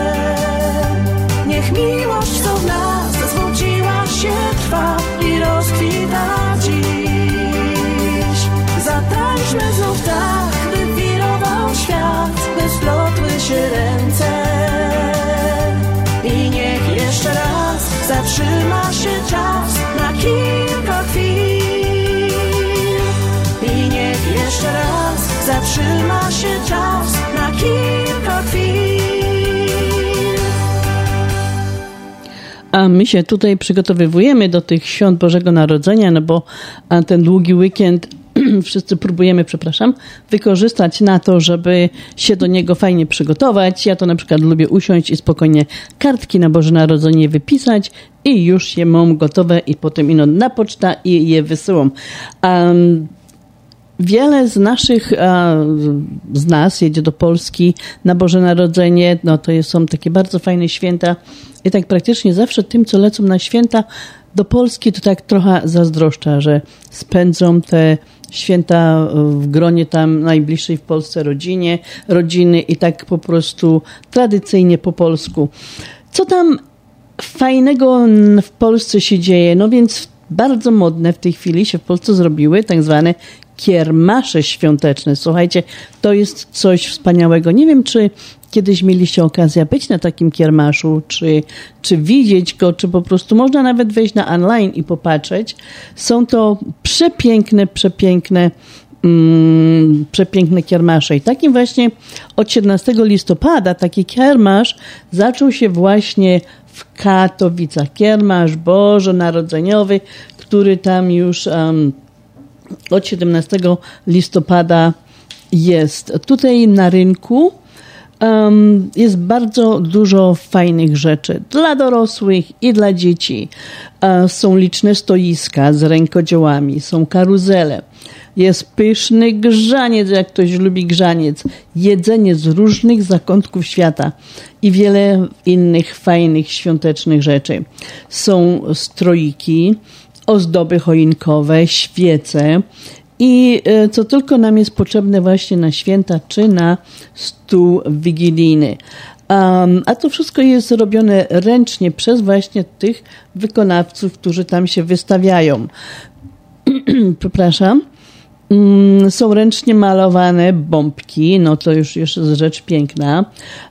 Niech miłość, co w nas zbudziła się, trwa i rozkwita dziś. Zatańczmy znów tak, by wirował świat, by splotły się ręce. I niech jeszcze raz zatrzyma zatrzyma się czas na kilka chwil. I niech jeszcze raz zatrzyma się czas na kilka chwil. A my się tutaj przygotowujemy do tych świąt Bożego Narodzenia, no bo ten długi weekend wszyscy próbujemy, wykorzystać na to, żeby się do niego fajnie przygotować. Ja to na przykład lubię usiąść i spokojnie kartki na Boże Narodzenie wypisać i już je mam gotowe i potem ino na pocztę i je wysyłam. Wiele z nas jedzie do Polski na Boże Narodzenie. No to są takie bardzo fajne święta i tak praktycznie zawsze tym, co lecą na święta do Polski, to tak trochę zazdroszczę, że spędzą te święta w gronie tam najbliższej w Polsce rodziny i tak po prostu tradycyjnie po polsku. Co tam fajnego w Polsce się dzieje? No więc bardzo modne w tej chwili się w Polsce zrobiły tak zwane kiermasze świąteczne. Słuchajcie, to jest coś wspaniałego. Nie wiem, czy kiedyś mieliście okazję być na takim kiermaszu, czy widzieć go, czy po prostu można nawet wejść na online i popatrzeć. Są to przepiękne kiermasze. I takim właśnie od 17 listopada taki kiermasz zaczął się właśnie w Katowicach. Kiermasz bożonarodzeniowy, który tam już od 17 listopada jest. Tutaj na rynku jest bardzo dużo fajnych rzeczy dla dorosłych i dla dzieci. Są liczne stoiska z rękodziełami, są karuzele, jest pyszny grzaniec, jak ktoś lubi grzaniec, jedzenie z różnych zakątków świata i wiele innych fajnych świątecznych rzeczy. Są stroiki, ozdoby choinkowe, świece i co tylko nam jest potrzebne właśnie na święta czy na stół wigilijny. A to wszystko jest robione ręcznie przez właśnie tych wykonawców, którzy tam się wystawiają. Przepraszam. Są ręcznie malowane bombki, no to już jest rzecz piękna,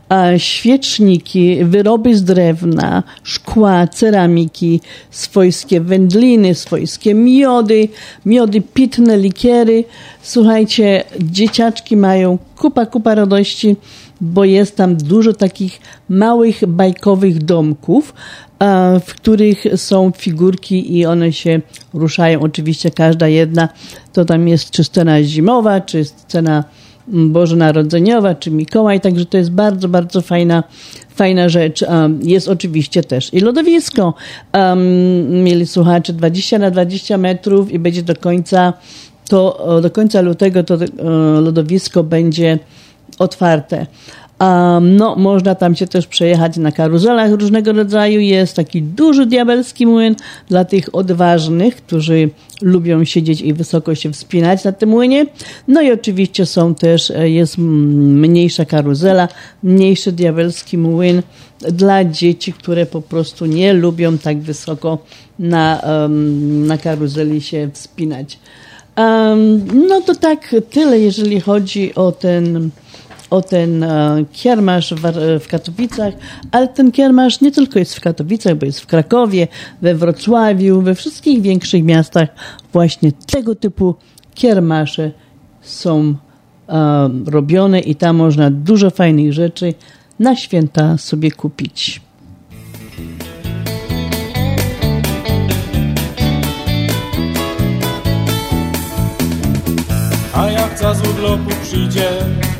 świeczniki, wyroby z drewna, szkła, ceramiki, swojskie wędliny, swojskie miody pitne, likiery. Słuchajcie, dzieciaczki mają kupa radości, bo jest tam dużo takich małych bajkowych domków, w których są figurki i one się ruszają. Oczywiście każda jedna, to tam jest czy scena zimowa, czy scena bożonarodzeniowa, czy Mikołaj, także to jest bardzo, bardzo fajna rzecz. Jest oczywiście też i lodowisko. Mieli słuchacze 20 na 20 metrów i będzie do końca lutego to lodowisko będzie otwarte. No, można tam się też przejechać na karuzelach różnego rodzaju. Jest taki duży diabelski młyn dla tych odważnych, którzy lubią siedzieć i wysoko się wspinać na tym młynie. No i oczywiście jest mniejsza karuzela, mniejszy diabelski młyn dla dzieci, które po prostu nie lubią tak wysoko na karuzeli się wspinać. No to tak tyle, jeżeli chodzi o ten kiermasz w Katowicach, ale ten kiermasz nie tylko jest w Katowicach, bo jest w Krakowie, we Wrocławiu, we wszystkich większych miastach właśnie tego typu kiermasze są robione i tam można dużo fajnych rzeczy na święta sobie kupić. A jak za z urlopu przyjdzie,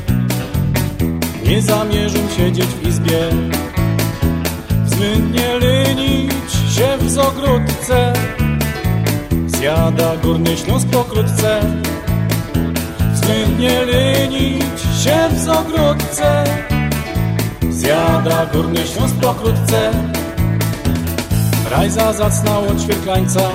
nie zamierzam siedzieć w izbie, względnie lenić się w zogródce, zjada Górny Śląsk pokrótce. Względnie lenić się w zogródce, zjada Górny Śląsk pokrótce. Rajza zacna od Świerklańca,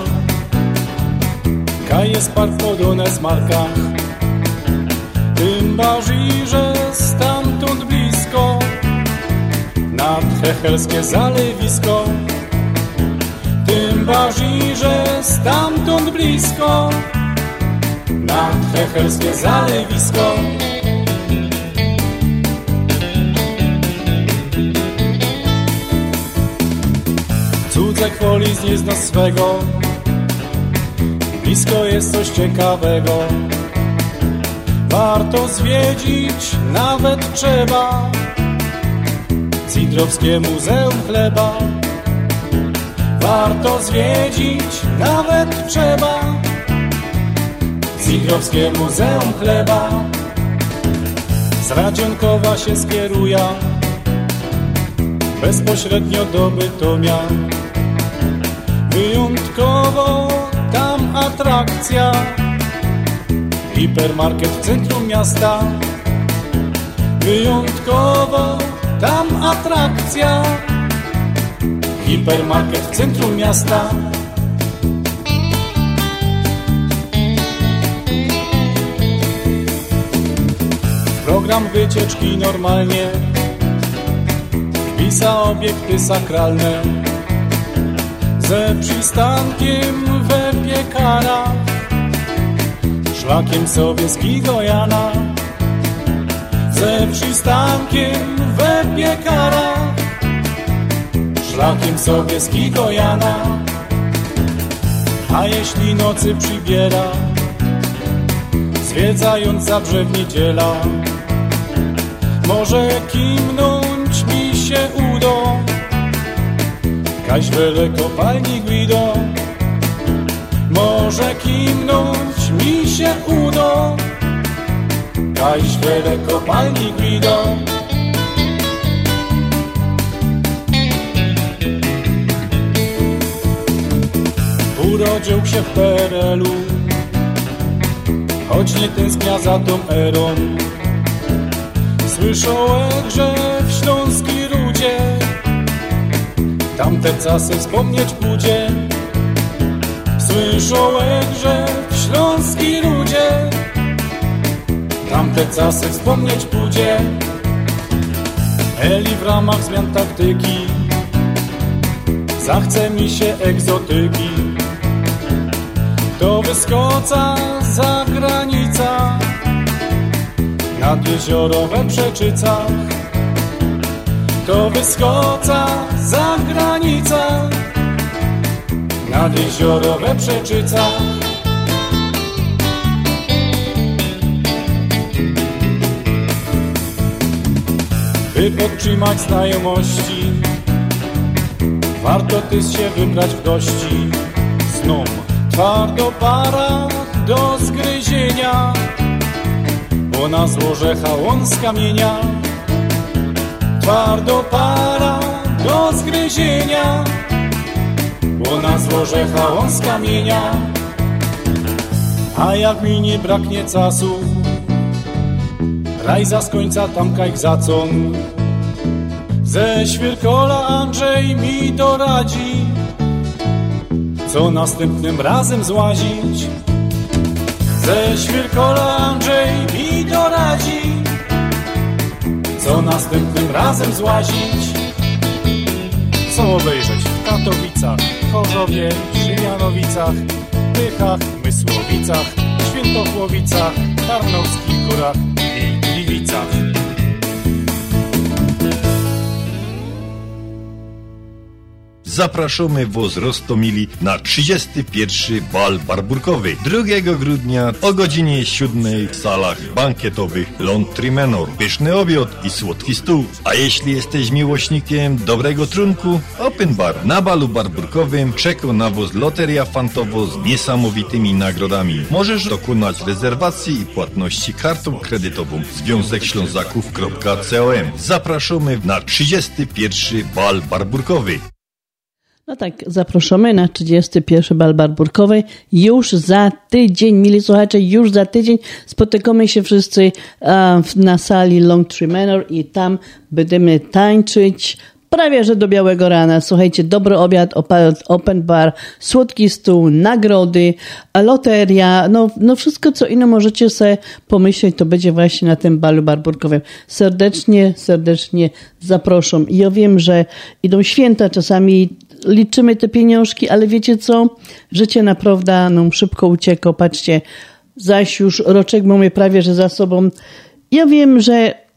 kaj jest park po Donesmarkach. Tym bardziej, że stamtąd blisko, nad Hechelskie zalewisko. Tym bardziej, że stamtąd blisko, nad Hechelskie zalewisko. Związek Woli znieść nas swego, blisko jest coś ciekawego. Warto zwiedzić, nawet trzeba, Cidrowskie Muzeum Chleba. Warto zwiedzić, nawet trzeba, Cidrowskie Muzeum Chleba. Z Radzionkowa się skieruje bezpośrednio do Bytomia. Wyjątkowo tam atrakcja, hipermarket w centrum miasta. Wyjątkowo tam atrakcja, hipermarket w centrum miasta. Program wycieczki normalnie wpisa obiekty sakralne, ze przystankiem we Piekarach, szlakiem Sobieskiego Jana. Ze przystankiem we Piekarach, szlakiem Sobieskiego Jana. A jeśli nocy przybiera, zwiedzając Zabrze w niedziela, może kimnąć mi się udo, Kaźwele kopalni Guido. Może kimnąć mi się udo, Kaźwele kopalni Guido. Urodził się w PRL-u, choć nie tęsknia za tą erą. Słyszałem, że w Śląskiej Rudzie tamte czasy wspomnieć będzie. Słyszałem, że w Śląskiej Rudzie tamte czasy wspomnieć będzie. Eli w ramach zmian taktyki zachce mi się egzotyki, to wyskoca za granica nad jezioro we Przeczycach. To wyskoca za granica nad jezioro we Przeczycach. By podtrzymać znajomości, warto tyz się wybrać w gości. Znów twardo para do zgryzienia, bo na złoże hałon z kamienia. Twardo para do zgryzienia, bo na złoże hałon z kamienia. A jak mi nie braknie czasu, rajza z końca tamkaj zacon. Ze Świerkola Andrzej mi doradzi, co następnym razem złazić. Ze Świerkola Andrzej mi doradzi, co następnym razem złazić. Co obejrzeć w Katowicach, Chorzowie, Żywianowicach, Tychach, Mysłowicach, Świętochłowicach, Tarnowskich Górach i Gliwicach. Zapraszamy was Rostomili na 31. bal barburkowy 2 grudnia o godzinie 7 w salach bankietowych Laundry Manor. Pyszny obiad i słodki stół. A jeśli jesteś miłośnikiem dobrego trunku, open bar. Na balu barburkowym czeka na was loteria fantowo z niesamowitymi nagrodami. Możesz dokonać rezerwacji i płatności kartą kredytową związekślązaków.com. Zapraszamy na 31. bal barburkowy. No tak, zapraszamy na 31. bal barburkowy. Już za tydzień, mili słuchacze, już za tydzień spotykamy się wszyscy na sali Laundry Manor i tam będziemy tańczyć prawie że do białego rana. Słuchajcie, dobry obiad, open bar, słodki stół, nagrody, loteria, no wszystko, co inne możecie sobie pomyśleć, to będzie właśnie na tym balu barburkowym. Serdecznie zapraszam. Ja wiem, że idą święta, czasami liczymy te pieniążki, ale wiecie co? Życie naprawdę szybko ucieka. Patrzcie, zaś już roczek mamy prawie że za sobą. Ja wiem, że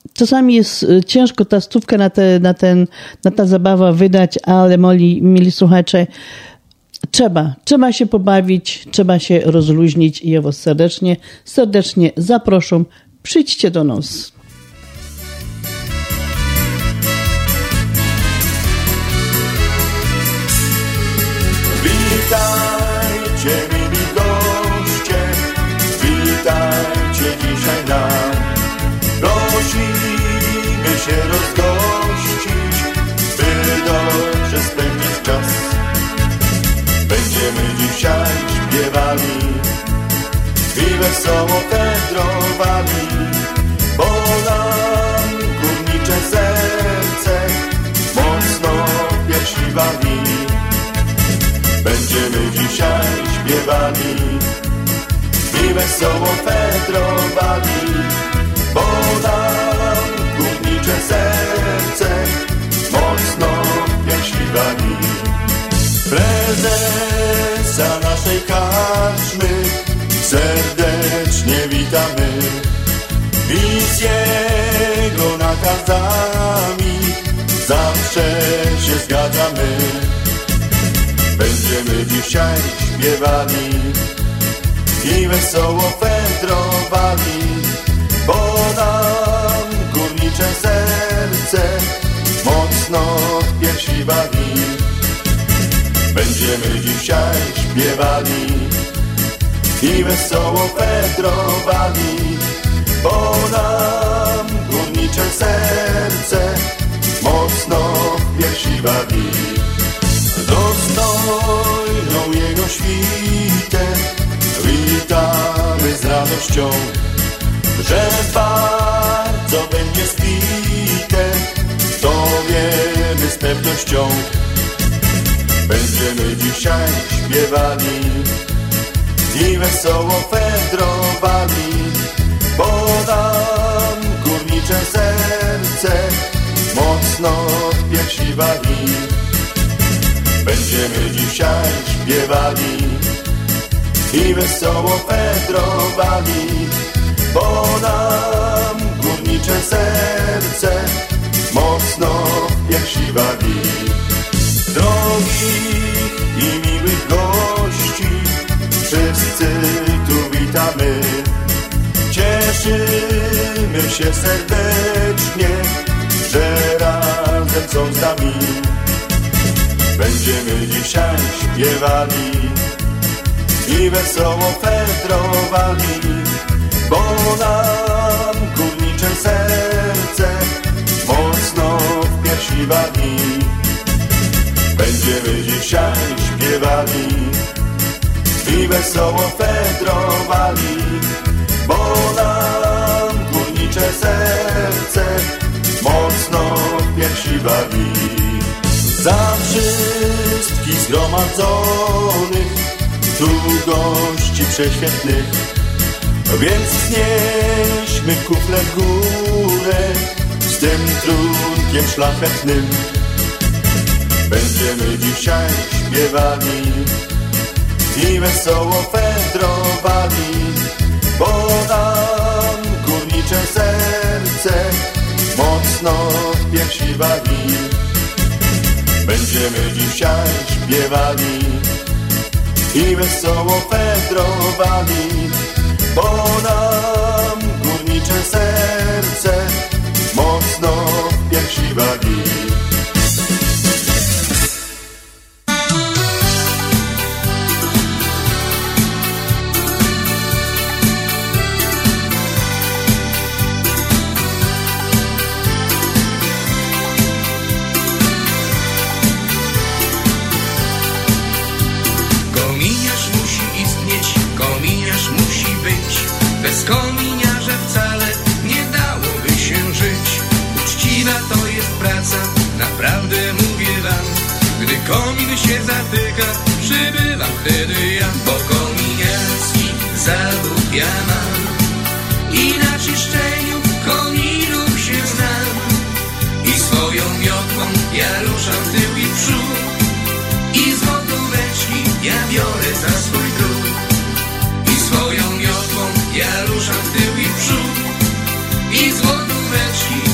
czasami jest ciężko ta stówkę na ta zabawa wydać, ale mili słuchacze, trzeba się pobawić, trzeba się rozluźnić i ja was serdecznie zapraszam. Przyjdźcie do nas. Witajcie, mili goście, witajcie dzisiaj nam. Prosimy się rozgościć, by dobrze spędzić czas. Będziemy dzisiaj śpiewali i wesoło wędrowali, bo nam górnicze serce mocno piersi wali. Będziemy dzisiaj śpiewali i wesoło wędrowali, bo nam górnicze serce mocno piersi wali. Prezesa naszej karczmy serdecznie witamy i z jego nakazami zawsze się zgadzamy. Będziemy dzisiaj śpiewali i wesoło wędrowali, bo nam górnicze serce mocno w piersi wali. Będziemy dzisiaj śpiewali i wesoło wędrowali, bo nam górnicze serce mocno w piersi wali. Dostojną jego świtę witamy z radością, że bardzo będzie spite, to wiemy z pewnością. Będziemy dzisiaj śpiewali i wesoło wędrowali, bo nam górnicze serce mocno w piersi wali. Będziemy dzisiaj śpiewali i wesoło wędrowali, bo nam górnicze serce mocno w piersi wali. Drogich i miłych gości wszyscy tu witamy. Cieszymy się serdecznie, że razem są z nami. Będziemy dzisiaj śpiewali i wesoło wędrowali, bo nam górnicze serce mocno w piersi wali. Będziemy dzisiaj śpiewali i wesoło wędrowali, bo nam górnicze serce mocno w piersi wali. Za wszystkich zgromadzonych tu gości prześwietnych, więc wznieśmy kufle w górę z tym trunkiem szlachetnym. Będziemy dzisiaj śpiewali i wesoło wędrowali, bo nam górnicze serce mocno w piersi wali. Będziemy dzisiaj śpiewali i wesoło wędrowali, bo nam górnicze serce mocno w piersi wali. Bez kominiarza wcale nie dałoby się żyć. Uczciwa to jest praca, naprawdę mówię wam. Gdy komin się zatyka, przybywam wtedy ja. Bo kominiarski zawód ja mam i na czyszczeniu kominów się znam. I swoją miotłą ja ruszam tył i przód, i złotóweczki ja biorę za swój drut. I swoją miotłą ja ruszam w tył i w przód, i złotóweczki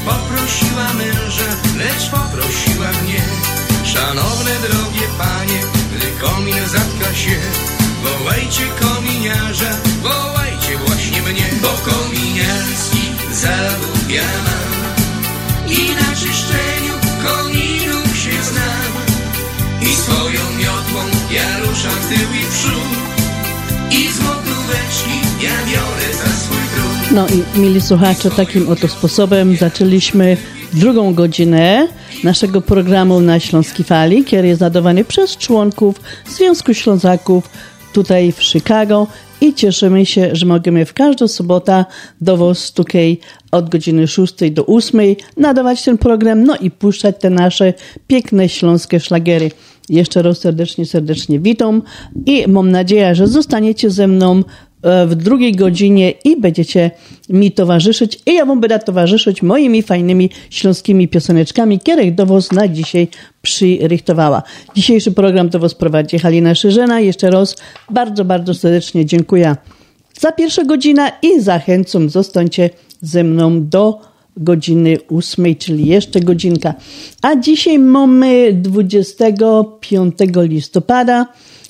poprosiła męża, lecz poprosiła mnie. Szanowne drogie panie, gdy komin zatka się, wołajcie kominiarza, wołajcie właśnie mnie. Bo kominiarski zawód ja mam i na czyszczeniu kominów się znam. I swoją miotłą ja ruszam w tył i w przód, i z motóweczki ja biorę za swój trud. No i mili słuchacze, takim oto sposobem zaczęliśmy drugą godzinę naszego programu na Śląskiej Fali, który jest nadawany przez członków Związku Ślązaków tutaj w Chicago i cieszymy się, że możemy w każdą sobotę do was tutaj od godziny 6 do 8 nadawać ten program, no i puszczać te nasze piękne śląskie szlagery. Jeszcze raz serdecznie witam i mam nadzieję, że zostaniecie ze mną w drugiej godzinie i będziecie mi towarzyszyć i ja wam będę towarzyszyć moimi fajnymi śląskimi pioseneczkami, których do was na dzisiaj przyrychtowała. Dzisiejszy program do was prowadzi Halina Szyżena. Jeszcze raz bardzo serdecznie dziękuję za pierwszą godzinę i zachęcam, zostańcie ze mną do godziny 8, czyli jeszcze godzinka. A dzisiaj mamy 25 listopada.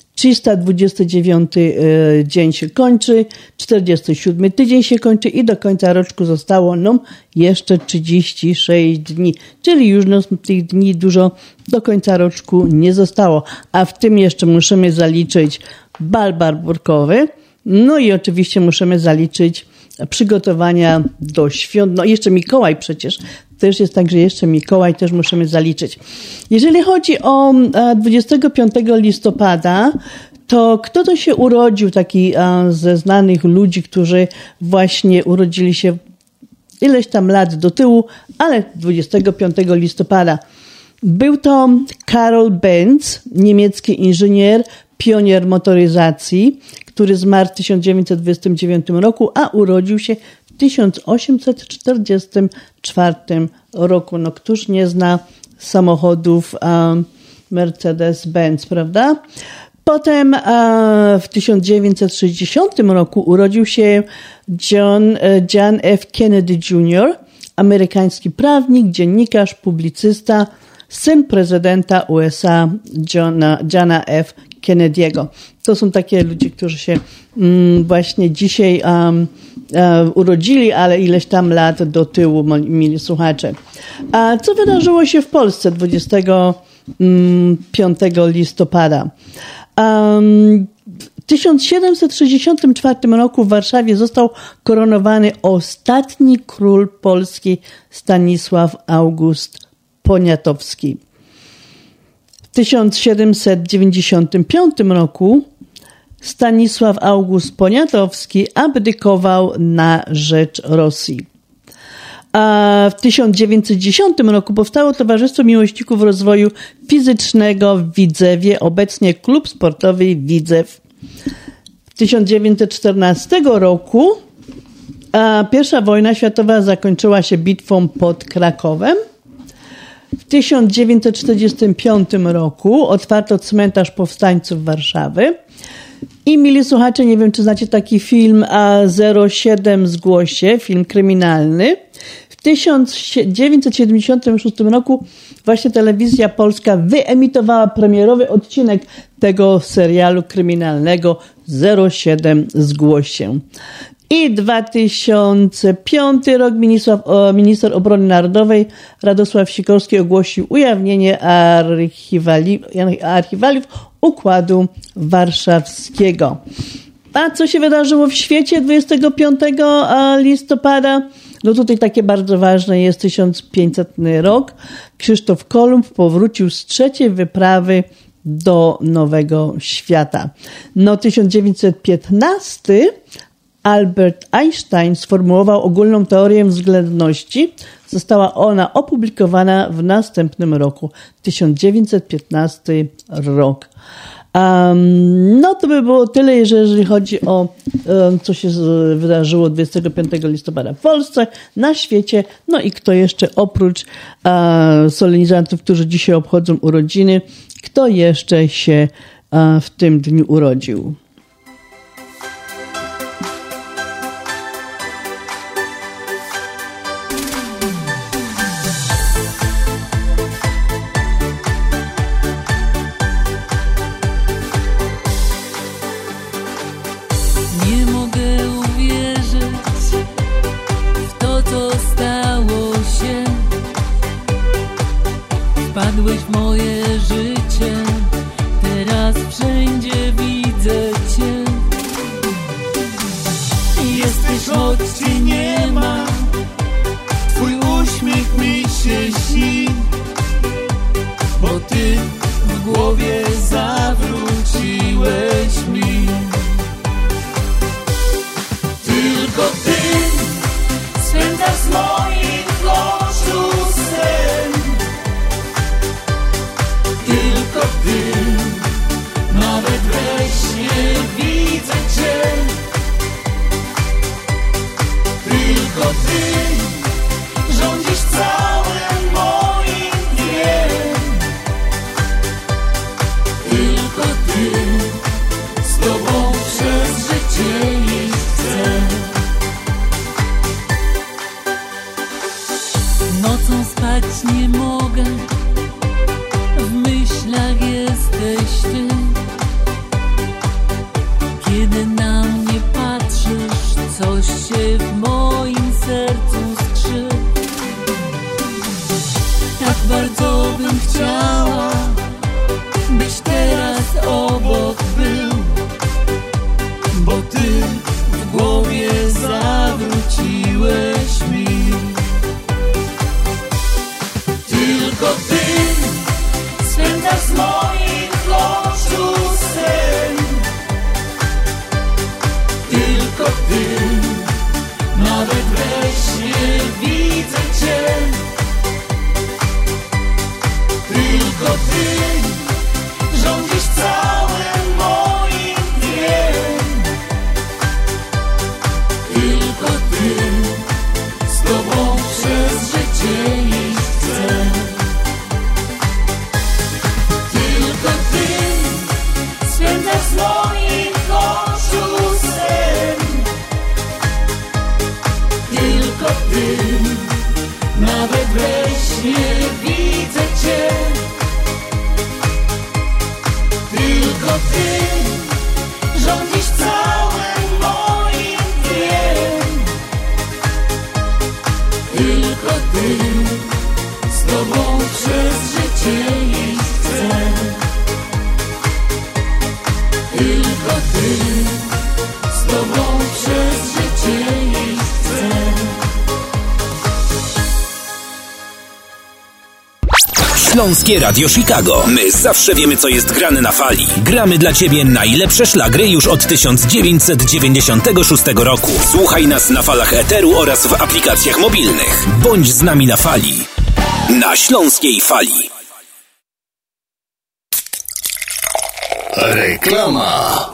329 dzień się kończy, 47 tydzień się kończy i do końca roczku zostało nam jeszcze 36 dni. Czyli już nam tych dni dużo do końca roczku nie zostało. A w tym jeszcze musimy zaliczyć bal barburkowy. No i oczywiście musimy zaliczyć przygotowania do świąt. No i jeszcze Mikołaj przecież. Też jest tak, że jeszcze Mikołaj też musimy zaliczyć. Jeżeli chodzi o 25 listopada, to kto to się urodził, taki ze znanych ludzi, którzy właśnie urodzili się ileś tam lat do tyłu, ale 25 listopada. Był to Karol Benz, niemiecki inżynier, pionier motoryzacji, który zmarł w 1929 roku, a urodził się w 1844 roku. No któż nie zna samochodów Mercedes-Benz, prawda? Potem w 1960 roku urodził się John F. Kennedy Jr., amerykański prawnik, dziennikarz, publicysta, syn prezydenta USA Johna F. Kennedy'ego. To są takie ludzie, którzy się właśnie dzisiaj urodzili, ale ileś tam lat do tyłu, mili słuchacze. A co wydarzyło się w Polsce 25 listopada? W 1764 roku w Warszawie został koronowany ostatni król Polski Stanisław August Poniatowski. W 1795 roku Stanisław August Poniatowski abdykował na rzecz Rosji. A w 1910 roku powstało Towarzystwo Miłośników Rozwoju Fizycznego w Widzewie, obecnie Klub Sportowy Widzew. W 1914 roku I wojna światowa zakończyła się bitwą pod Krakowem. W 1945 roku otwarto cmentarz powstańców Warszawy. I mili słuchacze, nie wiem, czy znacie taki film 07 Zgłoś się, film kryminalny. W 1976 roku właśnie Telewizja Polska wyemitowała premierowy odcinek tego serialu kryminalnego 07 Zgłoś się. I 2005 rok minister obrony narodowej Radosław Sikorski ogłosił ujawnienie archiwaliów Układu Warszawskiego. A co się wydarzyło w świecie 25 listopada? No tutaj takie bardzo ważne jest 1500 rok. Krzysztof Kolumb powrócił z trzeciej wyprawy do Nowego Świata. No 1915 Albert Einstein sformułował ogólną teorię względności. Została ona opublikowana w następnym roku, 1915 rok. No to by było tyle, jeżeli chodzi o co się wydarzyło 25 listopada w Polsce, na świecie. No i kto jeszcze oprócz solenizantów, którzy dzisiaj obchodzą urodziny, kto jeszcze się w tym dniu urodził. Wpadłeś w moje życie, teraz wszędzie widzę Cię. Jesteś, choć Cię nie ma, Twój uśmiech mi się śni, bo Ty w głowie zawróciłeś mi. Tylko Ty spędzasz z moich oczu sen. Tylko Ty, nawet we śnie widzę Cię. Tylko Ty rządzisz całym moim dniem. Tylko Ty, z Tobą przez życie iść chcę. Nocą spać nie mogę, w myślach jesteś Ty. Kiedy na mnie patrzysz, coś się w moim sercu skrzy. Tak bardzo bym chciała, byś teraz obok był, bo Ty w głowie zawróciłeś mi. Tylko Ty spędzasz z moich oczu sen. Tylko Ty, nawet we śnie widzę Cię. Tylko Ty rządzisz całym moim dniem. Tylko Ty, z Tobą przez życie iść chcę. Tylko Ty spędzasz z moich oczu sen. Tylko Ty, nawet we śnie widzę Cię. Tylko Ty rządzisz całym moim dniem. Tylko Ty, z Tobą przez życie iść chcę. Tylko Ty, z Tobą przez życie iść chcę. Śląskie Radio Chicago. My zawsze wiemy, co jest grane na fali. Gramy dla Ciebie najlepsze szlagry już od 1996 roku. Słuchaj nas na falach eteru oraz w aplikacjach mobilnych. Bądź z nami na fali. Na Śląskiej Fali. Reklama.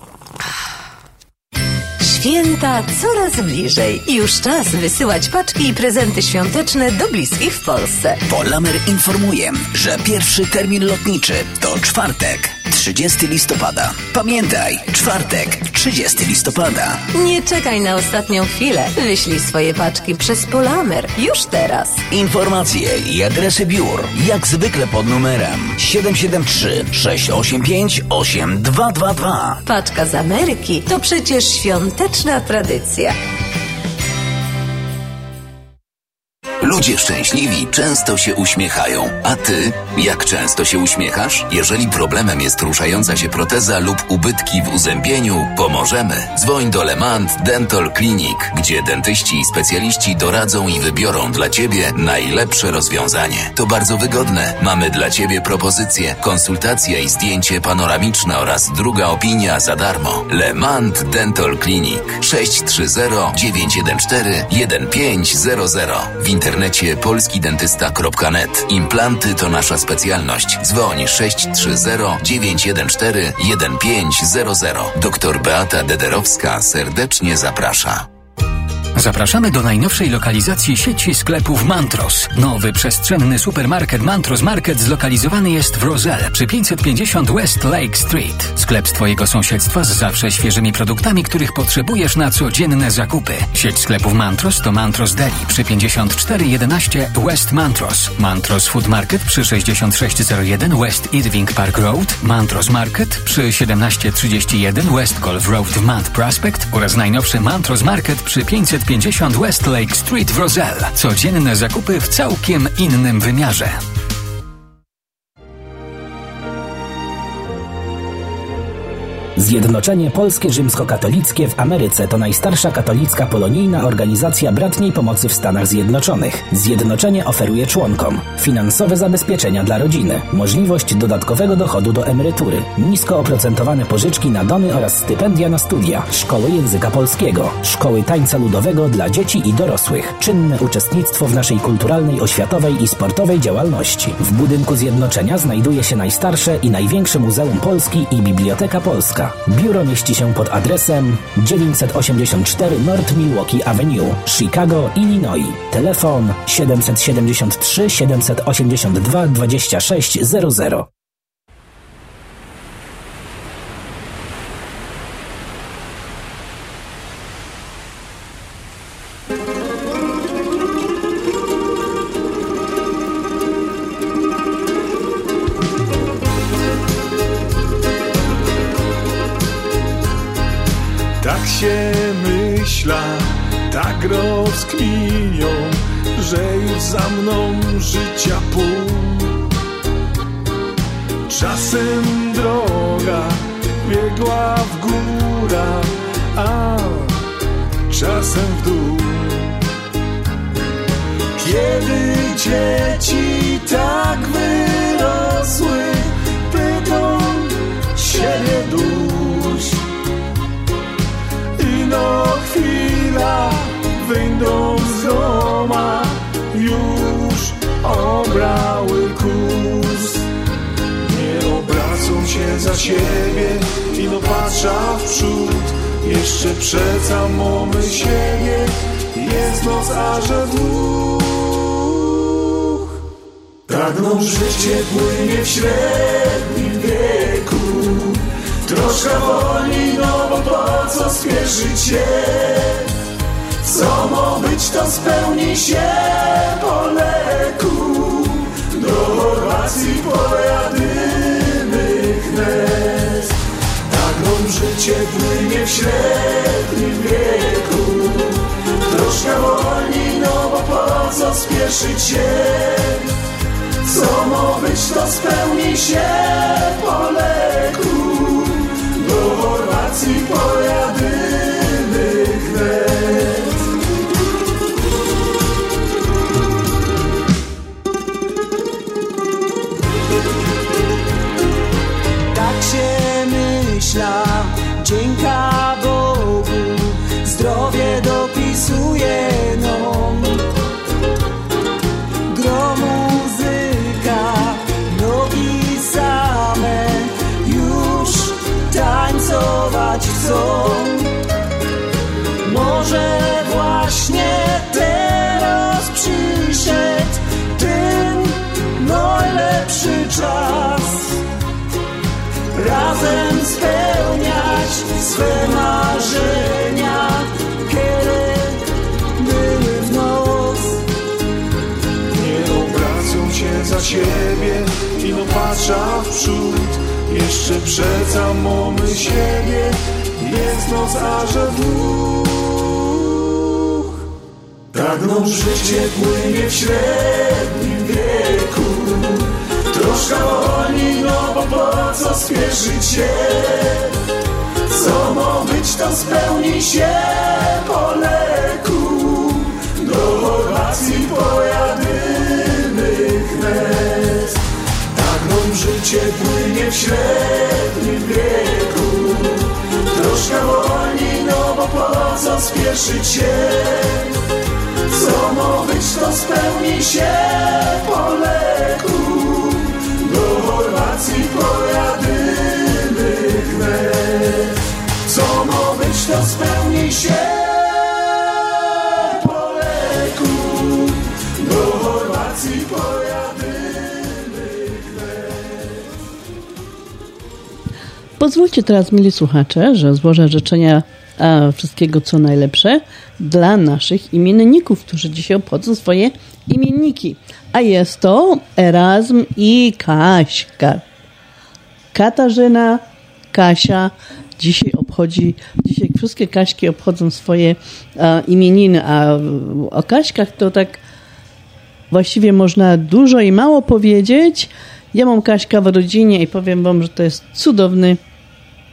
Święta coraz bliżej. Już czas wysyłać paczki i prezenty świąteczne do bliskich w Polsce. Polamer informuje, że pierwszy termin lotniczy to czwartek, 30 listopada. Pamiętaj, czwartek, 30 listopada. Nie czekaj na ostatnią chwilę. Wyślij swoje paczki przez Polamer już teraz. Informacje i adresy biur jak zwykle pod numerem 773 685 8222. Paczka z Ameryki to przecież świąteczna tradycja. Ludzie szczęśliwi często się uśmiechają. A ty? Jak często się uśmiechasz? Jeżeli problemem jest ruszająca się proteza lub ubytki w uzębieniu, pomożemy. Dzwoń do Lemant Dental Clinic, gdzie dentyści i specjaliści doradzą i wybiorą dla Ciebie najlepsze rozwiązanie. To bardzo wygodne. Mamy dla Ciebie propozycje, konsultacja i zdjęcie panoramiczne oraz druga opinia za darmo. Lemant Dental Clinic 630-914-1500. W internecie polskidentysta.net. Implanty to nasza specjalność. Dzwoń 630-914-1500. Dr Beata Dederowska serdecznie zaprasza. Zapraszamy do najnowszej lokalizacji sieci sklepów Mantros. Nowy przestrzenny supermarket Mantros Market zlokalizowany jest w Roselle przy 550 West Lake Street. Sklep z Twojego sąsiedztwa z zawsze świeżymi produktami, których potrzebujesz na codzienne zakupy. Sieć sklepów Mantros to Mantros Deli przy 5411 West Mantros. Mantros Food Market przy 6601 West Irving Park Road. Mantros Market przy 1731 West Golf Road w Mount Prospect oraz najnowszy Mantros Market przy 550 West Lake Street w Roselle. Codzienne zakupy w całkiem innym wymiarze. Zjednoczenie Polskie Rzymskokatolickie w Ameryce to najstarsza katolicka polonijna organizacja bratniej pomocy w Stanach Zjednoczonych. Zjednoczenie oferuje członkom finansowe zabezpieczenia dla rodziny, możliwość dodatkowego dochodu do emerytury, nisko oprocentowane pożyczki na domy oraz stypendia na studia, szkoły języka polskiego, szkoły tańca ludowego dla dzieci i dorosłych, czynne uczestnictwo w naszej kulturalnej, oświatowej i sportowej działalności. W budynku Zjednoczenia znajduje się najstarsze i największe Muzeum Polski i Biblioteka Polska. Biuro mieści się pod adresem 984 North Milwaukee Avenue, Chicago, Illinois. Telefon 773 782 2600. Tak się myśla, tak rozkminią, że już za mną życia pół. Czasem droga biegła w górę, a czasem w dół. Kiedy dzieci tak wyrosły, pytam siebie dusz. Ino chwila wyjdą z doma, już obrały kurs. Nie obracą się za siebie, ino patrzą w przód. Jeszcze przeca mamy siebie, jest noc, a że dwóch. Pragną życie płynie w średnim wieku, troszkę wolniej, no bo po co spieszyć się? Co ma być, to spełni się po leku. Do Chorwacji pojadymy wnet. Tak nam życie płynie w średnim wieku, troszkę wolniej, no bo po co spieszyć się? Co ma być, to spełni się po leku. Do Chorwacji pojadymy wnet. Tak się myśla, dzięka Bogu, zdrowie dopisuje nam. Gro muzyka, nogi same, już tańcować chcą. Może właśnie teraz przyszedł ten najlepszy czas, razem spełniać swe marzenia, kiedy były w noc. Nie obracą się za siebie, ino patrzą w przód. Jeszcze przeca mamy siebie, jest noc, a że dwóch. Pragną życie płynie w średnim wieku, troszkę wolniej, no bo po co spieszyć się? Co ma być, to spełni się po leku. Do Chorwacji pojadymy wnet. Tak nam życie płynie w średnim wieku, troszkę wolniej, no bo po co spieszyć się? Co ma być, to spełni się po leku. Do Chorwacji pojadymy wnet. Co ma być, to spełni się po leku. Do Chorwacji pojadymy wnet. Pozwólcie teraz, mili słuchacze, że złożę życzenia wszystkiego co najlepsze dla naszych imienników, którzy dzisiaj obchodzą swoje imienniki. A jest to Erasm i Kaśka. Katarzyna, Kasia dzisiaj wszystkie Kaśki obchodzą swoje imieniny, a o Kaśkach to tak właściwie można dużo i mało powiedzieć. Ja mam Kaśka w rodzinie i powiem wam, że to jest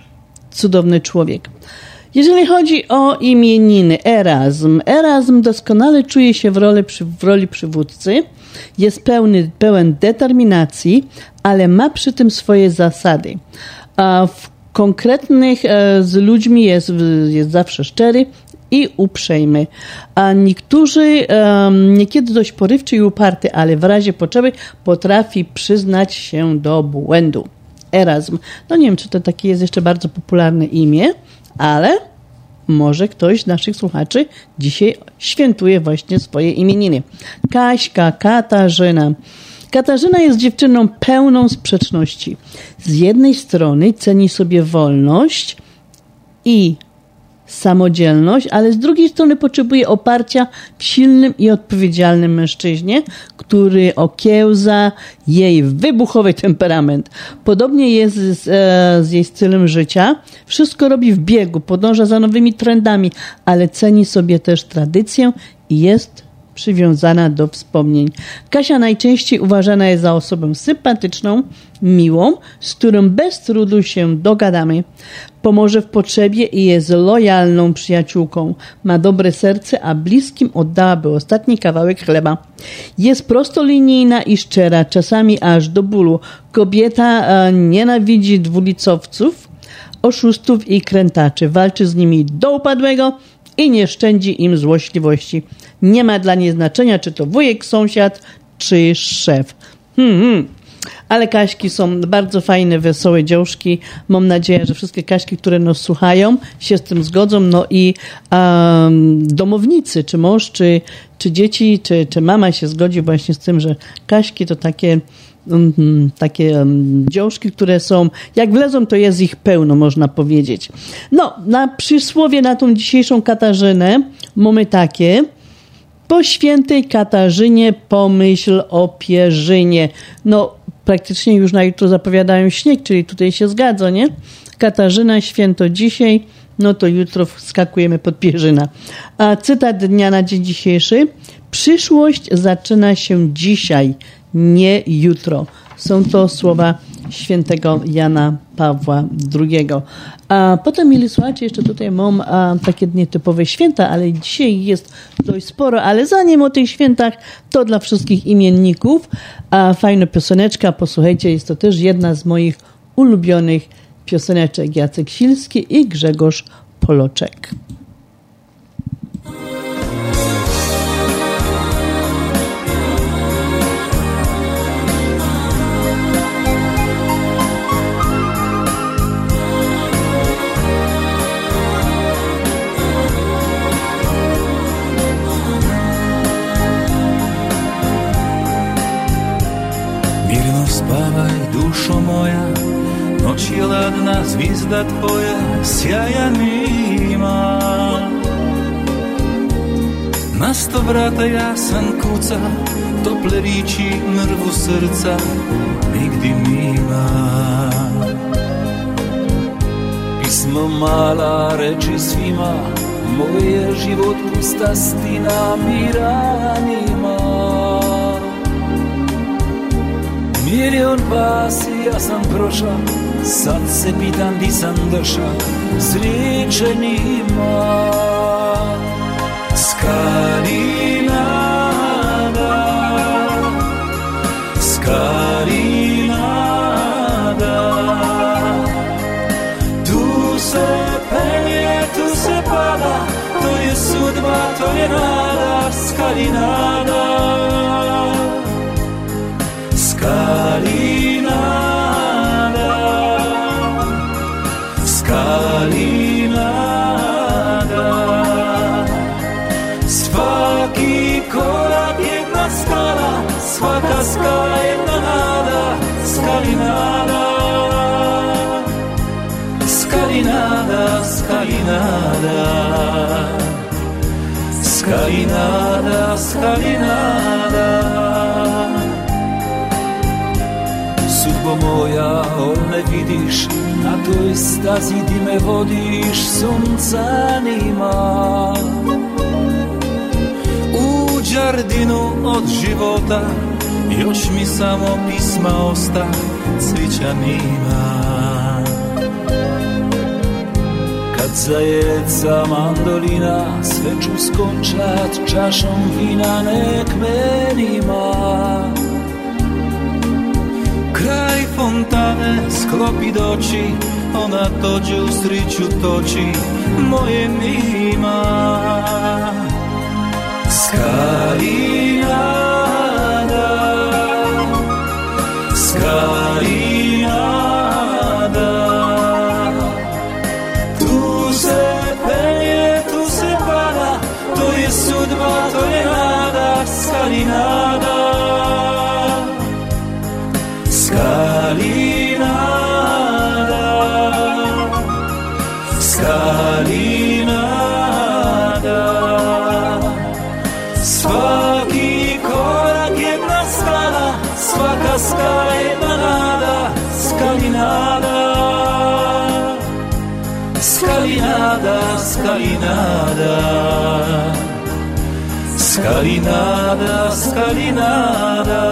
cudowny człowiek. Jeżeli chodzi o imieniny, Erazm doskonale czuje się w roli przywódcy, jest pełen determinacji, ale ma przy tym swoje zasady. A w konkretnych z ludźmi jest zawsze szczery i uprzejmy. A niektórzy niekiedy dość porywczy i uparty, ale w razie potrzeby potrafi przyznać się do błędu. Erazm. No nie wiem, czy to takie jest jeszcze bardzo popularne imię, ale może ktoś z naszych słuchaczy dzisiaj świętuje właśnie swoje imieniny. Kaśka, Katarzyna. Katarzyna jest dziewczyną pełną sprzeczności. Z jednej strony ceni sobie wolność i samodzielność, ale z drugiej strony potrzebuje oparcia w silnym i odpowiedzialnym mężczyźnie, który okiełza jej wybuchowy temperament. Podobnie jest z jej stylem życia. Wszystko robi w biegu, podąża za nowymi trendami, ale ceni sobie też tradycję i jest przywiązana do wspomnień. Kasia najczęściej uważana jest za osobę sympatyczną, miłą, z którą bez trudu się dogadamy. Pomoże w potrzebie i jest lojalną przyjaciółką. Ma dobre serce, a bliskim oddałaby ostatni kawałek chleba. Jest prostolinijna i szczera, czasami aż do bólu. Kobieta nienawidzi dwulicowców, oszustów i krętaczy. Walczy z nimi do upadłego i nie szczędzi im złośliwości. Nie ma dla niej znaczenia, czy to wujek, sąsiad, czy szef. Ale Kaśki są bardzo fajne, wesołe dziążki. Mam nadzieję, że wszystkie Kaśki, które nas słuchają, się z tym zgodzą. No i domownicy, czy mąż, czy dzieci, czy mama się zgodzi właśnie z tym, że Kaśki to takie dziążki, które są, jak wlezą, to jest ich pełno, można powiedzieć. No, na przysłowie na tą dzisiejszą Katarzynę mamy takie: po świętej Katarzynie pomyśl o pierzynie. No, praktycznie już na jutro zapowiadają śnieg, czyli tutaj się zgadza, nie? Katarzyna, święto dzisiaj, no to jutro wskakujemy pod pierzyna. A cytat dnia na dzień dzisiejszy: przyszłość zaczyna się dzisiaj, nie jutro. Są to słowa świętego Jana Pawła II. A potem, mieli słuchacze, jeszcze tutaj mam takie nietypowe święta, ale dzisiaj jest dość sporo, ale zanim o tych świętach, to dla wszystkich imienników fajna pioseneczka, posłuchajcie, jest to też jedna z moich ulubionych pioseneczek. Jacek Silski i Grzegorz Poloczek. Spawaj, duszo moja, noci ladna, zvizda tvoja sjaja nima. Na 100 vrata jasan kuca, tople riči mrvu srca nigdje mima. Pismo mala reči svima, moj je život pusta stina, mira nima. Milion pasi ja sam prošla, sad se pitam di sam došla, sreće nima. Skarinada, tu se penje, tu se pada, to je sudba, to je nada, Skarinada. Skalinada, Skalinada, svaki korak jedna skala, svaka skala jedna nada, Skalinada, Skalinada, Skalinada, Skalinada, Skalinada. Sudbo moja, ne vidiš, na toj stazi di me vodiš, sunca nima. U džardinu od života, još mi samo pisma osta, cvića nima. kad zajeca mandolina, sveču skončat čašom vina, nek meni ma. Kraj fontane sklopi doći, ona tođe u striću toči, moje mima. Skalinada, Skalinada, tu se penje, tu se pada, to je sudba, to je nada, Skalinada, Skalinada, Skalinada. Svaki korak jedna skala, svaka skala jedna nada, Skalinada, Skalinada, Skalinada, Skalinada, Skalinada.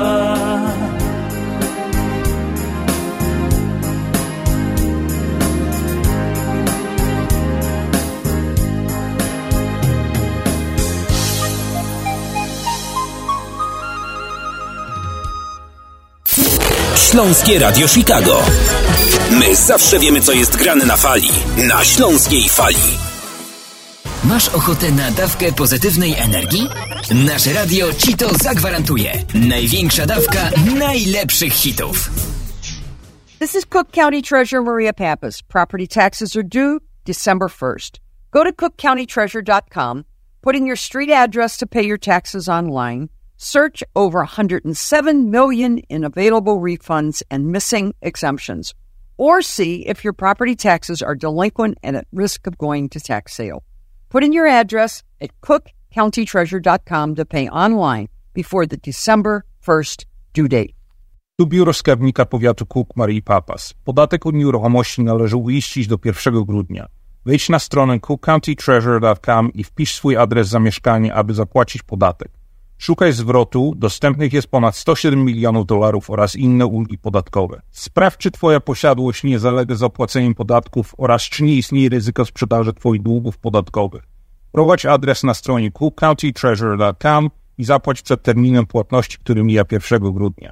Śląskie Radio Chicago. My zawsze wiemy, co jest grane na fali. Na Śląskiej Fali. Masz ochotę na dawkę pozytywnej energii? Nasze radio ci to zagwarantuje. Największa dawka najlepszych hitów. This is Cook County Treasurer Maria Pappas. Property taxes are due December 1st. Go to cookcountytreasurer.com, put in your street address to pay your taxes online. Search over 107 million in available refunds and missing exemptions. Or see if your property taxes are delinquent and at risk of going to tax sale. Put in your address at cookcountytreasurer.com to pay online before the December 1st due date. Tu biuro skarbnika powiatu Cook Marii Pappas. Podatek od nieruchomości należy uiścić do 1 grudnia. Wejdź na stronę cookcountytreasurer.com i wpisz swój adres zamieszkania, aby zapłacić podatek. Szukaj zwrotu, dostępnych jest ponad 107 milionów dolarów oraz inne ulgi podatkowe. Sprawdź, czy Twoja posiadłość nie zalega zapłaceniem podatków oraz czy nie istnieje ryzyko sprzedaży Twoich długów podatkowych. Prowadź adres na stronie cookcountytreasurer.com i zapłać przed terminem płatności, który mija 1 grudnia.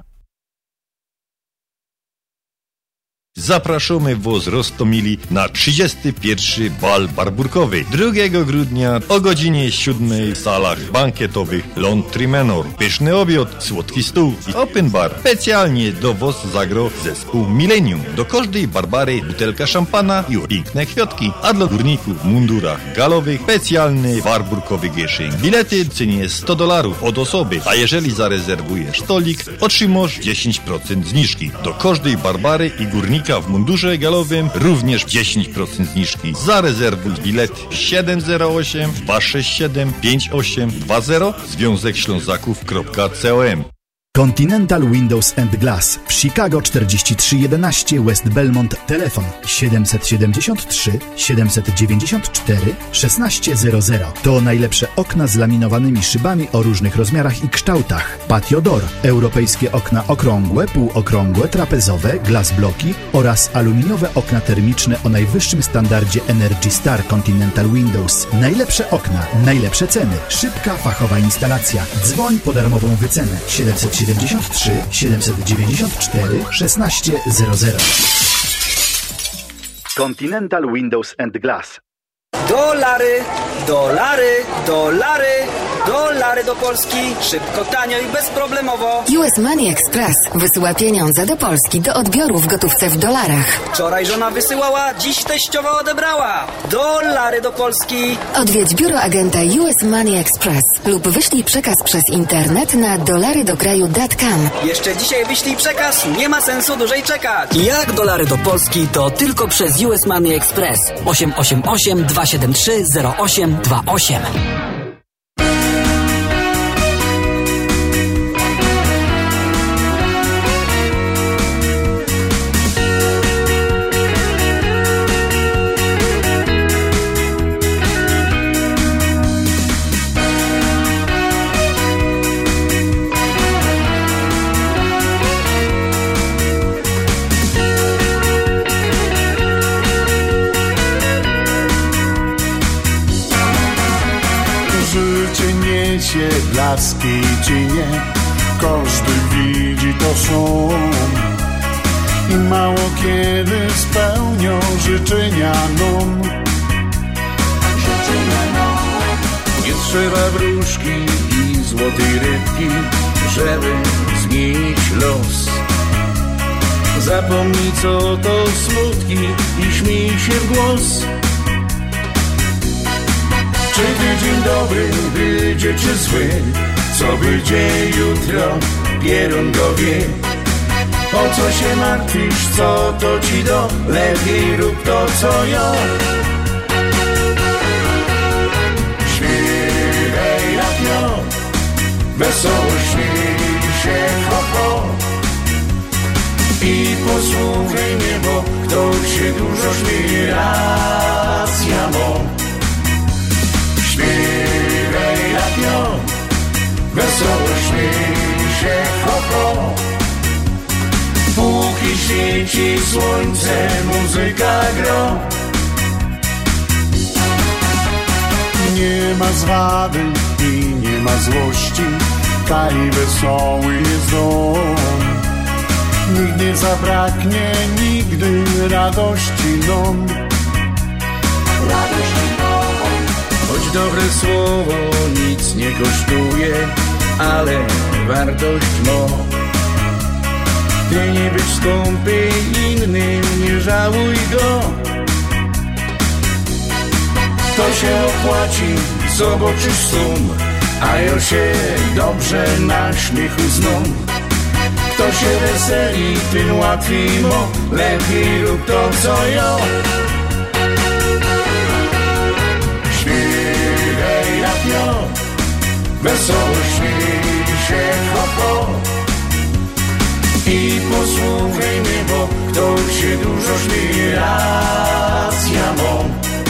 Zapraszamy was Rostomili na 31. bal barburkowy 2 grudnia o godzinie 7 w salach bankietowych Laundry Manor. Pyszny obiad, słodki stół i open bar. Specjalnie do was zagro zespół Millennium. Do każdej barbary butelka szampana i piękne kwiatki, a dla górników w mundurach galowych specjalny barburkowy gieszyn. Bilety w cenie $100 od osoby, a jeżeli zarezerwujesz stolik, otrzymasz 10% zniżki. Do każdej barbary i górnika w mundurze galowym również 10% zniżki. Zarezerwuj bilet 708 267 5820 związekślązaków.com. Continental Windows and Glass w Chicago 4311 West Belmont. Telefon 773 794 1600. To najlepsze okna z laminowanymi szybami o różnych rozmiarach i kształtach. Patio door, europejskie okna okrągłe, półokrągłe, trapezowe, glass bloki oraz aluminiowe okna termiczne o najwyższym standardzie Energy Star Continental Windows. Najlepsze okna, najlepsze ceny. Szybka, fachowa instalacja. Dzwoń po darmową wycenę 773 794 1600. Continental Windows and Glass. Dolary, dolary, dolary, dolary do Polski. Szybko, tanio i bezproblemowo. US Money Express wysyła pieniądze do Polski do odbioru w gotówce w dolarach. Wczoraj żona wysyłała, dziś teściowa odebrała. Dolary do Polski. Odwiedź biuro agenta US Money Express lub wyślij przekaz przez internet na dolarydokraju.com. Jeszcze dzisiaj wyślij przekaz, nie ma sensu dłużej czekać. Jak dolary do Polski, to tylko przez US Money Express. 888 273 0828. emocje, blaski i cienie, każdy widzi to są i mało kiedy spełnią życzenia nam. Nie trzeba wróżki i złotej rybki, żeby zmienić los. Zapomnij co to smutki i śmiej się w głos. Czy tydzień dobry wyjdzie czy zły, co będzie jutro, pierun go wie. Po co się martwisz, co to ci do, lepiej rób to co ja. Śpiewaj jak ja, wesoło śmiej się ho. I posłuchaj mnie, bo ktoś się dużo śmieje, raz ja mam. Śpiewaj jak ja, wesoło śmiej się ho. Póki świeci słońce, muzyka gra. Nie ma zwady i nie ma złości, taj wesoły jest dom. Nigdy nie zabraknie, nigdy radości nam. Choć dobre słowo nic nie kosztuje, ale wartość ma. Ty nie być skąpy innym, nie żałuj go. To się opłaci, zobaczysz sum, a ja się dobrze na śmiechu znam. Kto się weseli, tym łatwiej mo, lepiej rób to co ja. Śpiewaj jak ja, wesoło śmiej się ho. I posłuchaj mnie, bo ktoś się dużo śmieje, raz ja mam.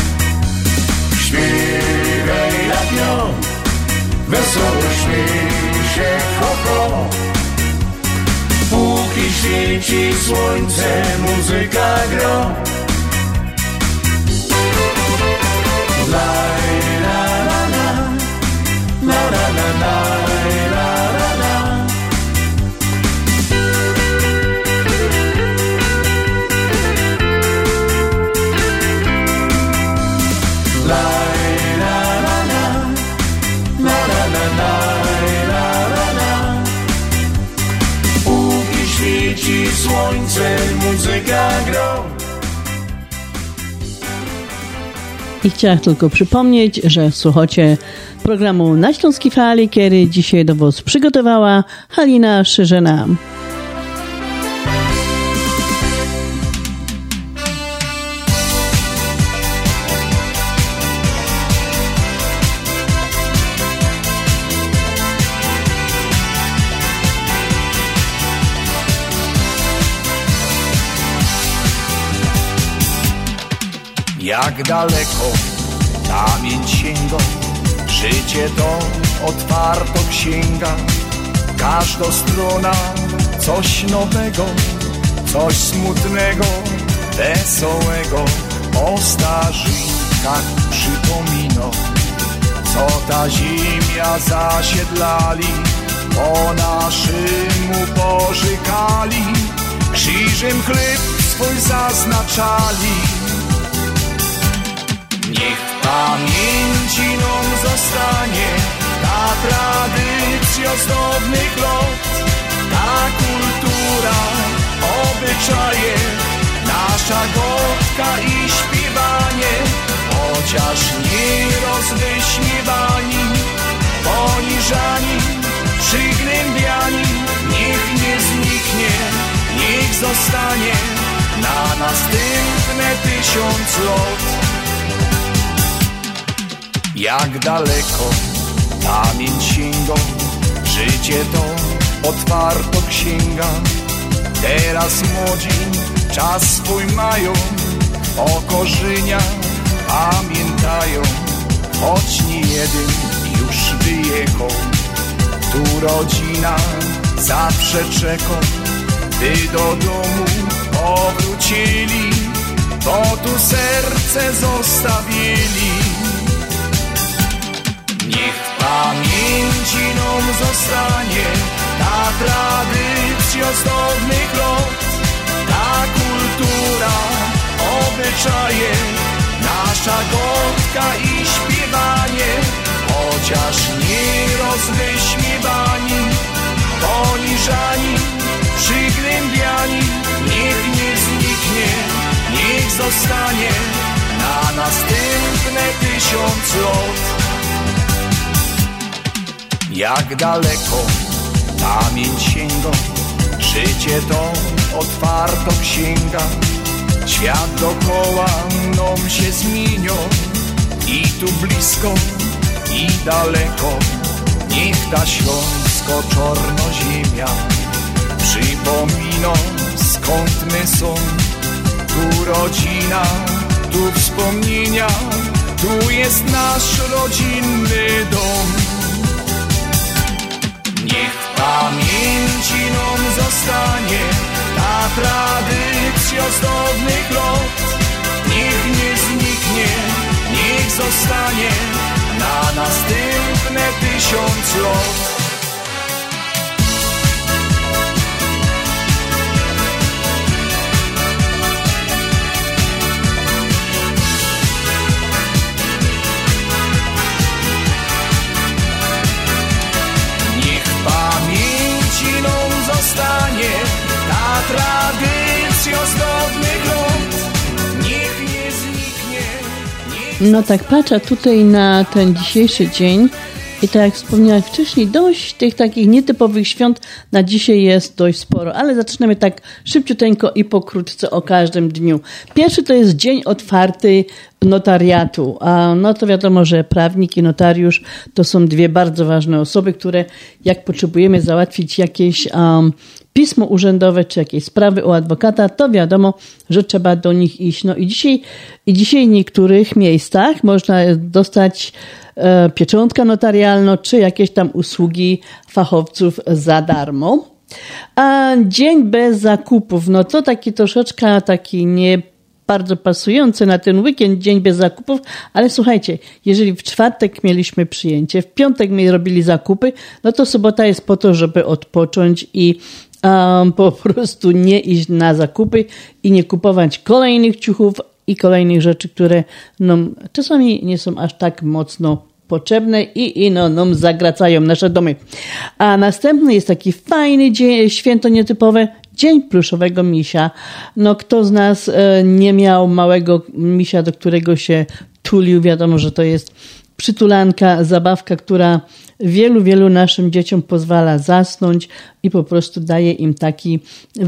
Śpiewaj jak ja, wesoło śmiej się ho. Póki świeci słońce, muzyka gra. La la la la, la la la la, la la la. La la la la, la la la la, la la. Póki świeci słońce, muzyka gra. I chciałam tylko przypomnieć, że słuchacie programu Na Śląskiej Fali, który dzisiaj do Was przygotowała Halina Szyżena. Jak daleko pamięć sięga, życie to otwarto księga. Każda strona coś nowego, coś smutnego, wesołego. O starzykach przypomina, co ta ziemia zasiedlali, o naszymu pożykali, krzyżem chleb swój zaznaczali. Niech w pamięci nam zostanie ta tradycja z dawnych lat, ta kultura, obyczaje, nasza gotka i śpiewanie. Chociaż nieraz wyśmiewani, poniżani, przygnębiani, niech nie zniknie, niech zostanie na następne 1000 lat. Jak daleko pamięć sięga, życie to otwarto księga. Teraz młodzi czas swój mają, o korzeniach pamiętają. Choć nie jeden już wyjechał, tu rodzina zawsze czeka, by do domu powrócili, bo tu serce zostawili. Niech w pamięci nam zostanie ta tradycja z dawnych lat, ta kultura, obyczaje, nasza gotka i śpiewanie, chociaż nieraz wyśmiewani, poniżani, przygnębiani, niech nie zniknie, niech zostanie na następne 1000 lat. Jak daleko pamięć sięga, życie to otwarto księga. Świat dookoła nam się zmienia, i tu blisko, i daleko. Niech ta śląsko-czarnoziemia przypomina, skąd my są. Tu rodzina, tu wspomnienia, tu jest nasz rodzinny dom. Niech w pamięci nam zostanie ta tradycja z dawnych lat. Niech nie zniknie, niech zostanie na następne 1000 lat. Zostanie ta tradycja z dawnych lat, niech nie zniknie. No tak patrzę tutaj na ten dzisiejszy dzień i tak jak wspomniałem wcześniej, dość tych takich nietypowych świąt na dzisiaj jest dość sporo, ale zaczynamy tak szybciuteńko i pokrótce o każdym dniu. Pierwszy to jest dzień otwarty notariatu. No to wiadomo, że prawnik i notariusz to są dwie bardzo ważne osoby, które jak potrzebujemy załatwić jakieś pismo urzędowe czy jakieś sprawy u adwokata, to wiadomo, że trzeba do nich iść. No i dzisiaj w niektórych miejscach można dostać pieczątkę notarialną czy jakieś tam usługi fachowców za darmo. A dzień bez zakupów, no to taki troszeczkę taki nie bardzo pasujący na ten weekend, dzień bez zakupów, ale słuchajcie, jeżeli w czwartek mieliśmy przyjęcie, w piątek my robili zakupy, no to sobota jest po to, żeby odpocząć i po prostu nie iść na zakupy i nie kupować kolejnych ciuchów i kolejnych rzeczy, które nam czasami nie są aż tak mocno potrzebne i nam zagracają nasze domy. A następny jest taki fajny dzień, święto nietypowe, Dzień pluszowego misia. No kto z nas nie miał małego misia, do którego się tulił? Wiadomo, że to jest przytulanka, zabawka, która wielu naszym dzieciom pozwala zasnąć i po prostu daje im taki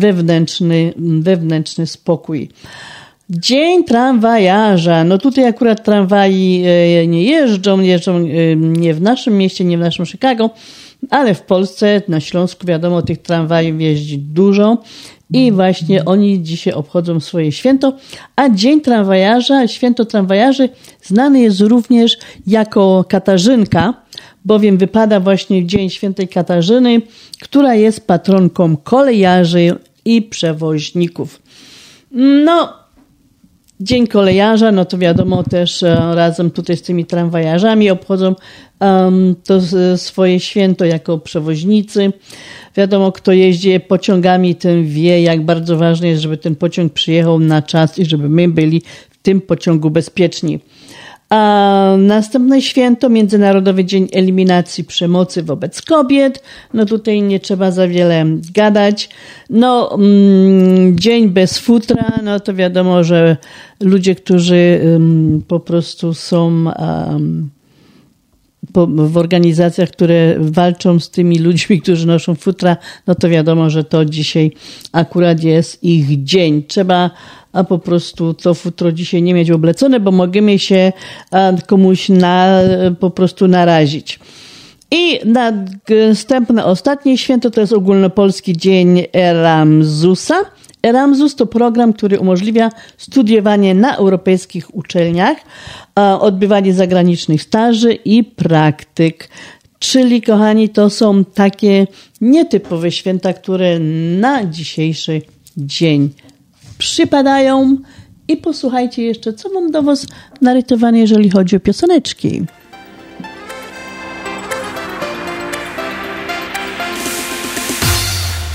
wewnętrzny spokój. Dzień tramwajarza. No tutaj akurat tramwaji nie jeżdżą nie w naszym mieście, nie w naszym Chicago, ale w Polsce, na Śląsku wiadomo, tych tramwajów jeździ dużo i właśnie oni dzisiaj obchodzą swoje święto, a Dzień Tramwajarza, święto tramwajarzy znany jest również jako Katarzynka, bowiem wypada właśnie w Dzień Świętej Katarzyny, która jest patronką kolejarzy i przewoźników. No, Dzień Kolejarza, no to wiadomo też razem tutaj z tymi tramwajarzami obchodzą to swoje święto jako przewoźnicy. Wiadomo, kto jeździ pociągami, ten wie, jak bardzo ważne jest, żeby ten pociąg przyjechał na czas i żeby my byli w tym pociągu bezpieczni. A następne święto, Międzynarodowy Dzień Eliminacji Przemocy wobec Kobiet. No tutaj nie trzeba za wiele gadać. No, Dzień bez futra, no to wiadomo, że ludzie, którzy po prostu są w organizacjach, które walczą z tymi ludźmi, którzy noszą futra, no to wiadomo, że to dzisiaj akurat jest ich dzień. Trzeba po prostu to futro dzisiaj nie mieć oblecone, bo możemy się komuś po prostu narazić. I następne, ostatnie święto to jest Ogólnopolski Dzień Erasmusa. Erasmus to program, który umożliwia studiowanie na europejskich uczelniach, odbywanie zagranicznych staży i praktyk. Czyli, kochani, to są takie nietypowe święta, które na dzisiejszy dzień przypadają. I posłuchajcie jeszcze, co mam do was narysowane, jeżeli chodzi o pioseneczki.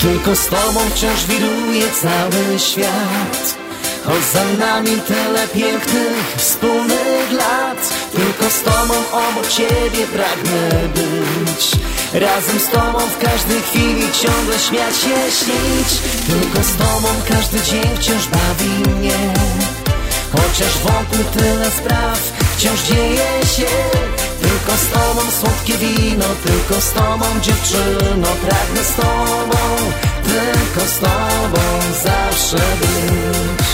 Tylko z Tobą wciąż wiruje cały świat. Choć za nami tyle pięknych, wspólnych lat. Tylko z Tobą obok Ciebie pragnę być. Razem z Tobą w każdej chwili ciągle śmiać się, śnić. Tylko z Tobą każdy dzień wciąż bawi mnie. Chociaż wokół tyle spraw wciąż dzieje się. Tylko z Tobą słodkie wino, tylko z Tobą dziewczyno. Pragnę z Tobą, tylko z Tobą zawsze być.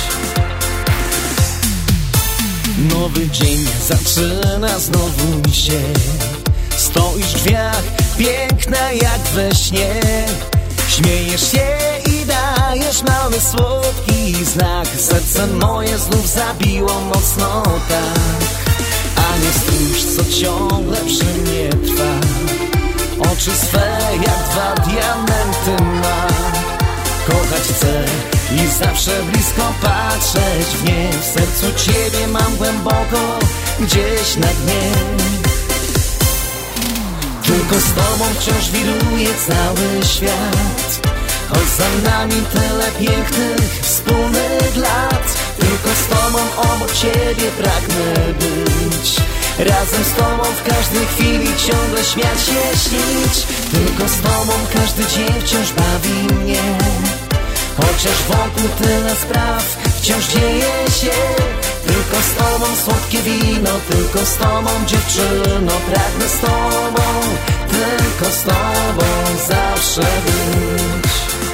Nowy dzień zaczyna znowu się. Stoisz w drzwiach, piękna jak we śnie. Śmiejesz się i dajesz mały słodki znak. Serce moje znów zabiło mocno tak. A nie stróż, co ciągle przy mnie trwa. Oczy swe jak dwa diamenty ma. Kochać chcę i zawsze blisko patrzeć w nie. W sercu Ciebie mam głęboko, gdzieś na dnie. Tylko z Tobą wciąż wiruje cały świat. Choć za nami tyle pięknych, wspólnych lat. Tylko z Tobą obok Ciebie pragnę być. Razem z Tobą w każdej chwili ciągle śmiać się, śnić. Tylko z Tobą każdy dzień wciąż bawi mnie. Chociaż wokół tyle spraw wciąż dzieje się. Tylko z Tobą słodkie wino, tylko z Tobą dziewczyno. Pragnę z Tobą, tylko z Tobą zawsze być.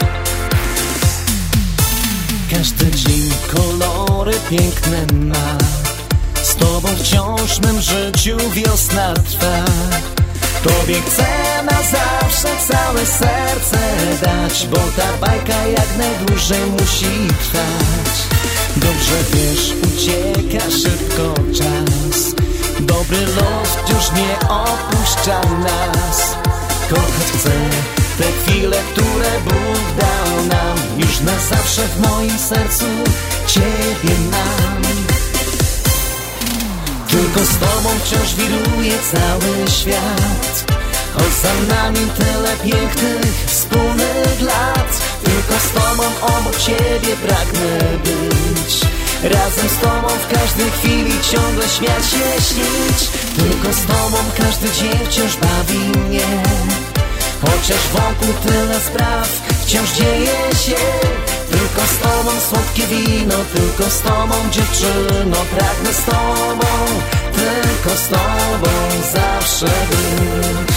Każdy dzień kolory piękne ma. Z Tobą wciąż w mym życiu wiosna trwa. Tobie chcę na zawsze całe serce dać, bo ta bajka jak najdłużej musi trwać. Dobrze wiesz, ucieka szybko czas. Dobry los wciąż nie opuszcza nas. Kochać chcę te chwile, które Bóg dał nam. Już na zawsze w moim sercu Ciebie mam. Tylko z Tobą wciąż wiruje cały świat. Choć za nami tyle pięknych, wspólnych lat. Tylko z Tobą obok Ciebie pragnę być. Razem z Tobą w każdej chwili ciągle śmiać się, śnić. Tylko z Tobą każdy dzień wciąż bawi mnie. Chociaż wokół tyle spraw wciąż dzieje się. Tylko z Tobą słodkie wino, tylko z Tobą dziewczyno. Pragnę z Tobą, tylko z Tobą zawsze być.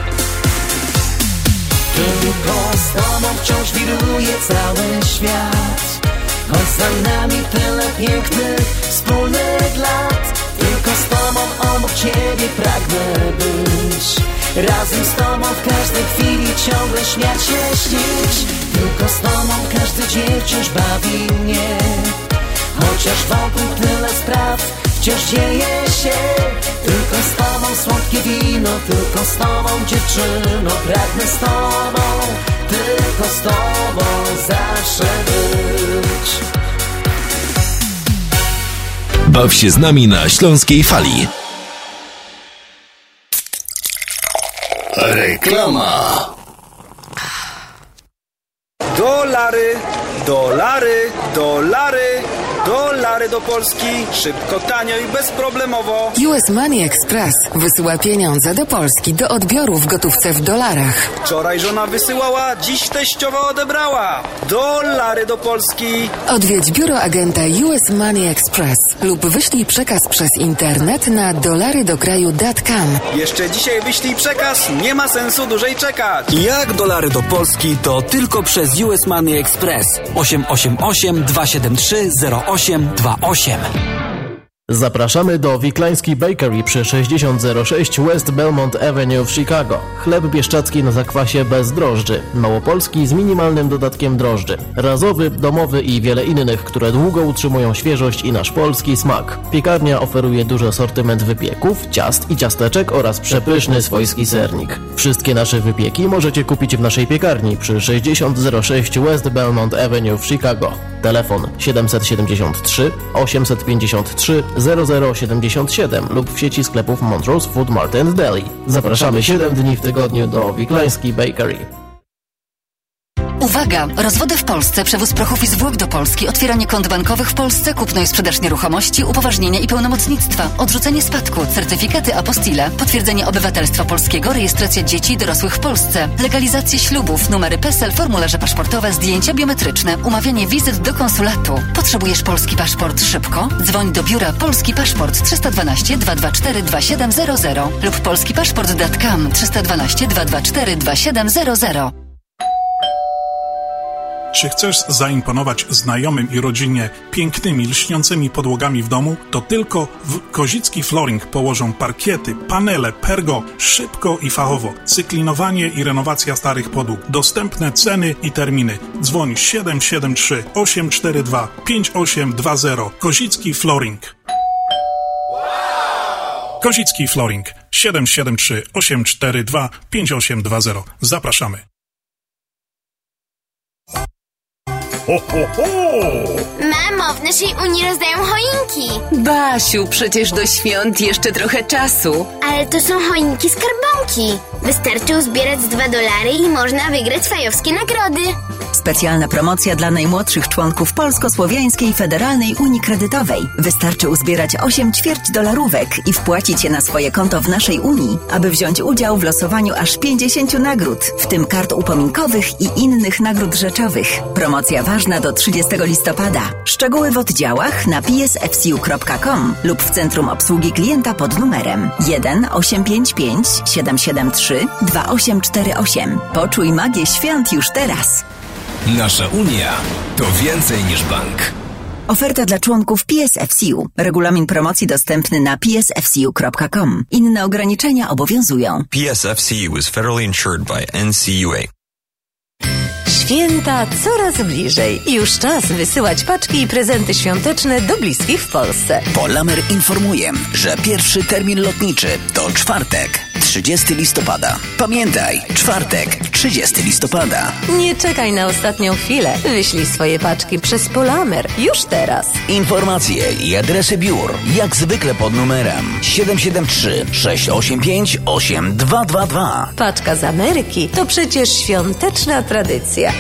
Tylko z Tobą wciąż wiruje cały świat. Choć za nami tyle pięknych, wspólnych lat. Tylko z Tobą obok Ciebie pragnę być. Razem z Tobą w każdej chwili ciągle śmiać się, śnić. Tylko z Tobą każdy dzień wciąż bawi mnie. Chociaż wokół tyle spraw wciąż dzieje się. Tylko z Tobą słodkie wino, tylko z Tobą dziewczyno. Pragnę z Tobą, tylko z Tobą zawsze być. Baw się z nami na Śląskiej Fali. Reklama. Dolary, dolary, dolary, dolary do Polski. Szybko, tanio i bezproblemowo. US Money Express wysyła pieniądze do Polski do odbioru w gotówce w dolarach. Wczoraj żona wysyłała, dziś teściowa odebrała. Dolary do Polski. Odwiedź biuro agenta US Money Express lub wyślij przekaz przez internet na dolarydokraju.com. Jeszcze dzisiaj wyślij przekaz, nie ma sensu dłużej czekać. Jak dolary do Polski, to tylko przez US Money Express 888 273 0828. Zapraszamy do Wiklański Bakery przy 6006 West Belmont Avenue w Chicago. Chleb bieszczacki na zakwasie bez drożdży. Małopolski z minimalnym dodatkiem drożdży. Razowy, domowy i wiele innych, które długo utrzymują świeżość i nasz polski smak. Piekarnia oferuje duży asortyment wypieków, ciast i ciasteczek oraz przepyszny swojski sernik. Wszystkie nasze wypieki możecie kupić w naszej piekarni przy 6006 West Belmont Avenue w Chicago. Telefon 773 853 0077 lub w sieci sklepów Montrose Food Mart and Deli. Zapraszamy 7 dni w tygodniu do Wiklański Bakery. Uwaga! Rozwody w Polsce, przewóz prochów i zwłok do Polski, otwieranie kont bankowych w Polsce, kupno i sprzedaż nieruchomości, upoważnienia i pełnomocnictwa, odrzucenie spadku, certyfikaty apostille, potwierdzenie obywatelstwa polskiego, rejestracja dzieci i dorosłych w Polsce, legalizację ślubów, numery PESEL, formularze paszportowe, zdjęcia biometryczne, umawianie wizyt do konsulatu. Potrzebujesz polski paszport szybko? Dzwoń do biura Polski Paszport 312 224 2700 lub polskipaszport.com 312 224 2700. Czy chcesz zaimponować znajomym i rodzinie pięknymi, lśniącymi podłogami w domu? To tylko w Kozicki Flooring położą parkiety, panele, pergo, szybko i fachowo. Cyklinowanie i renowacja starych podłóg. Dostępne ceny i terminy. Dzwoń 773 842 5820. Kozicki Flooring. Kozicki Flooring 773 842 5820. Zapraszamy. Ho, ho, ho! Mamo, w naszej Unii rozdają choinki. Basiu, przecież do świąt jeszcze trochę czasu. Ale to są choinki skarbonki. Wystarczy uzbierać $2 i można wygrać fajowskie nagrody. Specjalna promocja dla najmłodszych członków Polsko-Słowiańskiej Federalnej Unii Kredytowej. Wystarczy uzbierać 8 $ćwierć i wpłacić je na swoje konto w naszej Unii, aby wziąć udział w losowaniu aż 50 nagród, w tym kart upominkowych i innych nagród rzeczowych. Promocja ważna do 30 listopada. Szczegóły w oddziałach na psfcu.com lub w Centrum Obsługi Klienta pod numerem 1 855 773 2848. Poczuj magię świąt już teraz. Nasza Unia to więcej niż bank. Oferta dla członków PSFCU. Regulamin promocji dostępny na psfcu.com. Inne ograniczenia obowiązują. PSFCU is federally insured by NCUA. Święta coraz bliżej. Już czas wysyłać paczki i prezenty świąteczne do bliskich w Polsce. Polamer informuje, że pierwszy termin lotniczy to czwartek, 30 listopada. Pamiętaj, czwartek, 30 listopada. Nie czekaj na ostatnią chwilę. Wyślij swoje paczki przez Polamer już teraz. Informacje i adresy biur jak zwykle pod numerem 773 685 8222. Paczka z Ameryki to przecież świąteczna tradycja.